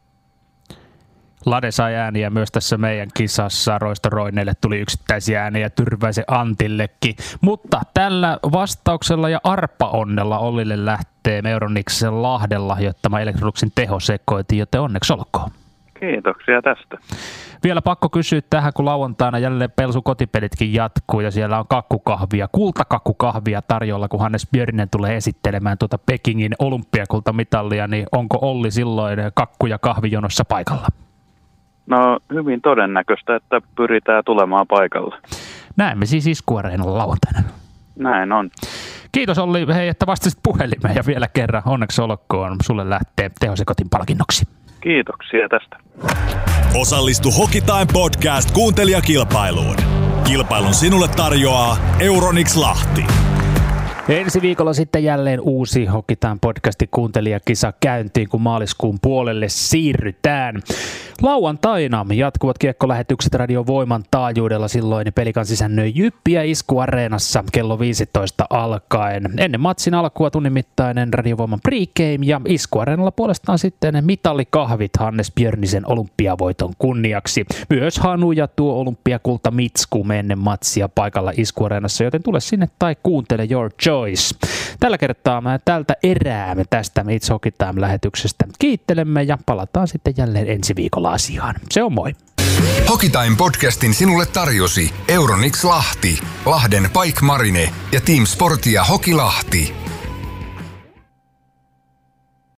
Lade sai ääniä myös tässä meidän kisassa. Roisto Roineille tuli yksittäisiä ääniä Tyrväisen Antillekin. Mutta tällä vastauksella ja arpaonnella Ollille lähtee Euroniksen Lahdella lahjoittama Electroluxin tehosekointi, joten onneksi olkoon. Kiitoksia tästä. Vielä pakko kysyä tähän, kun lauantaina jälleen Pelsun kotipelitkin jatkuu ja siellä on kakkukahvia, kultakakkukahvia tarjolla, kun Hannes Björninen tulee esittelemään tuota Pekingin olympiakultamitalia, niin onko Olli silloin kakku- ja kahvijonossa paikalla? No hyvin todennäköistä, että pyritään tulemaan paikalle. Näemme siis Iskuareenalla lauantaina. Näin on. Kiitos Olli, hei, että vastasit puhelimeen ja vielä kerran onneksi olkoon. Sulle lähtee tehosekotin palkinnoksi. Kiitoksia tästä. Osallistu Hockeytime Podcast -kuuntelijakilpailuun. Kilpailun sinulle tarjoaa Euronics Lahti. Ensi viikolla sitten jälleen uusi Hockeytime podcastin kuuntelijakisa käyntiin, kun maaliskuun puolelle siirrytään. Lauantaina jatkuvat kiekkolähetykset Radio Voiman taajuudella, silloin Pelikanssi sisännöi Jyppi ja Isku-areenassa kello viisitoista alkaen. Ennen matsin alkua tunnin mittainen Radio Voiman pregame ja Isku-areenalla puolestaan sitten mitallikahvit Hannes Björnisen olympiavoiton kunniaksi. Myös Hanu ja tuo olympiakulta Mitsku ennen matsia paikalla Isku-areenassa, joten tule sinne tai kuuntele your choice. Tällä kertaa mä tältä erää me tästä It's Hockeytime-lähetyksestä kiittelemme ja palataan sitten jälleen ensi viikolla asiaan. Se on moi! Hockeytime podcastin sinulle tarjosi Euronics Lahti, Lahden Pike Marine ja Team Sportia Hoki Lahti.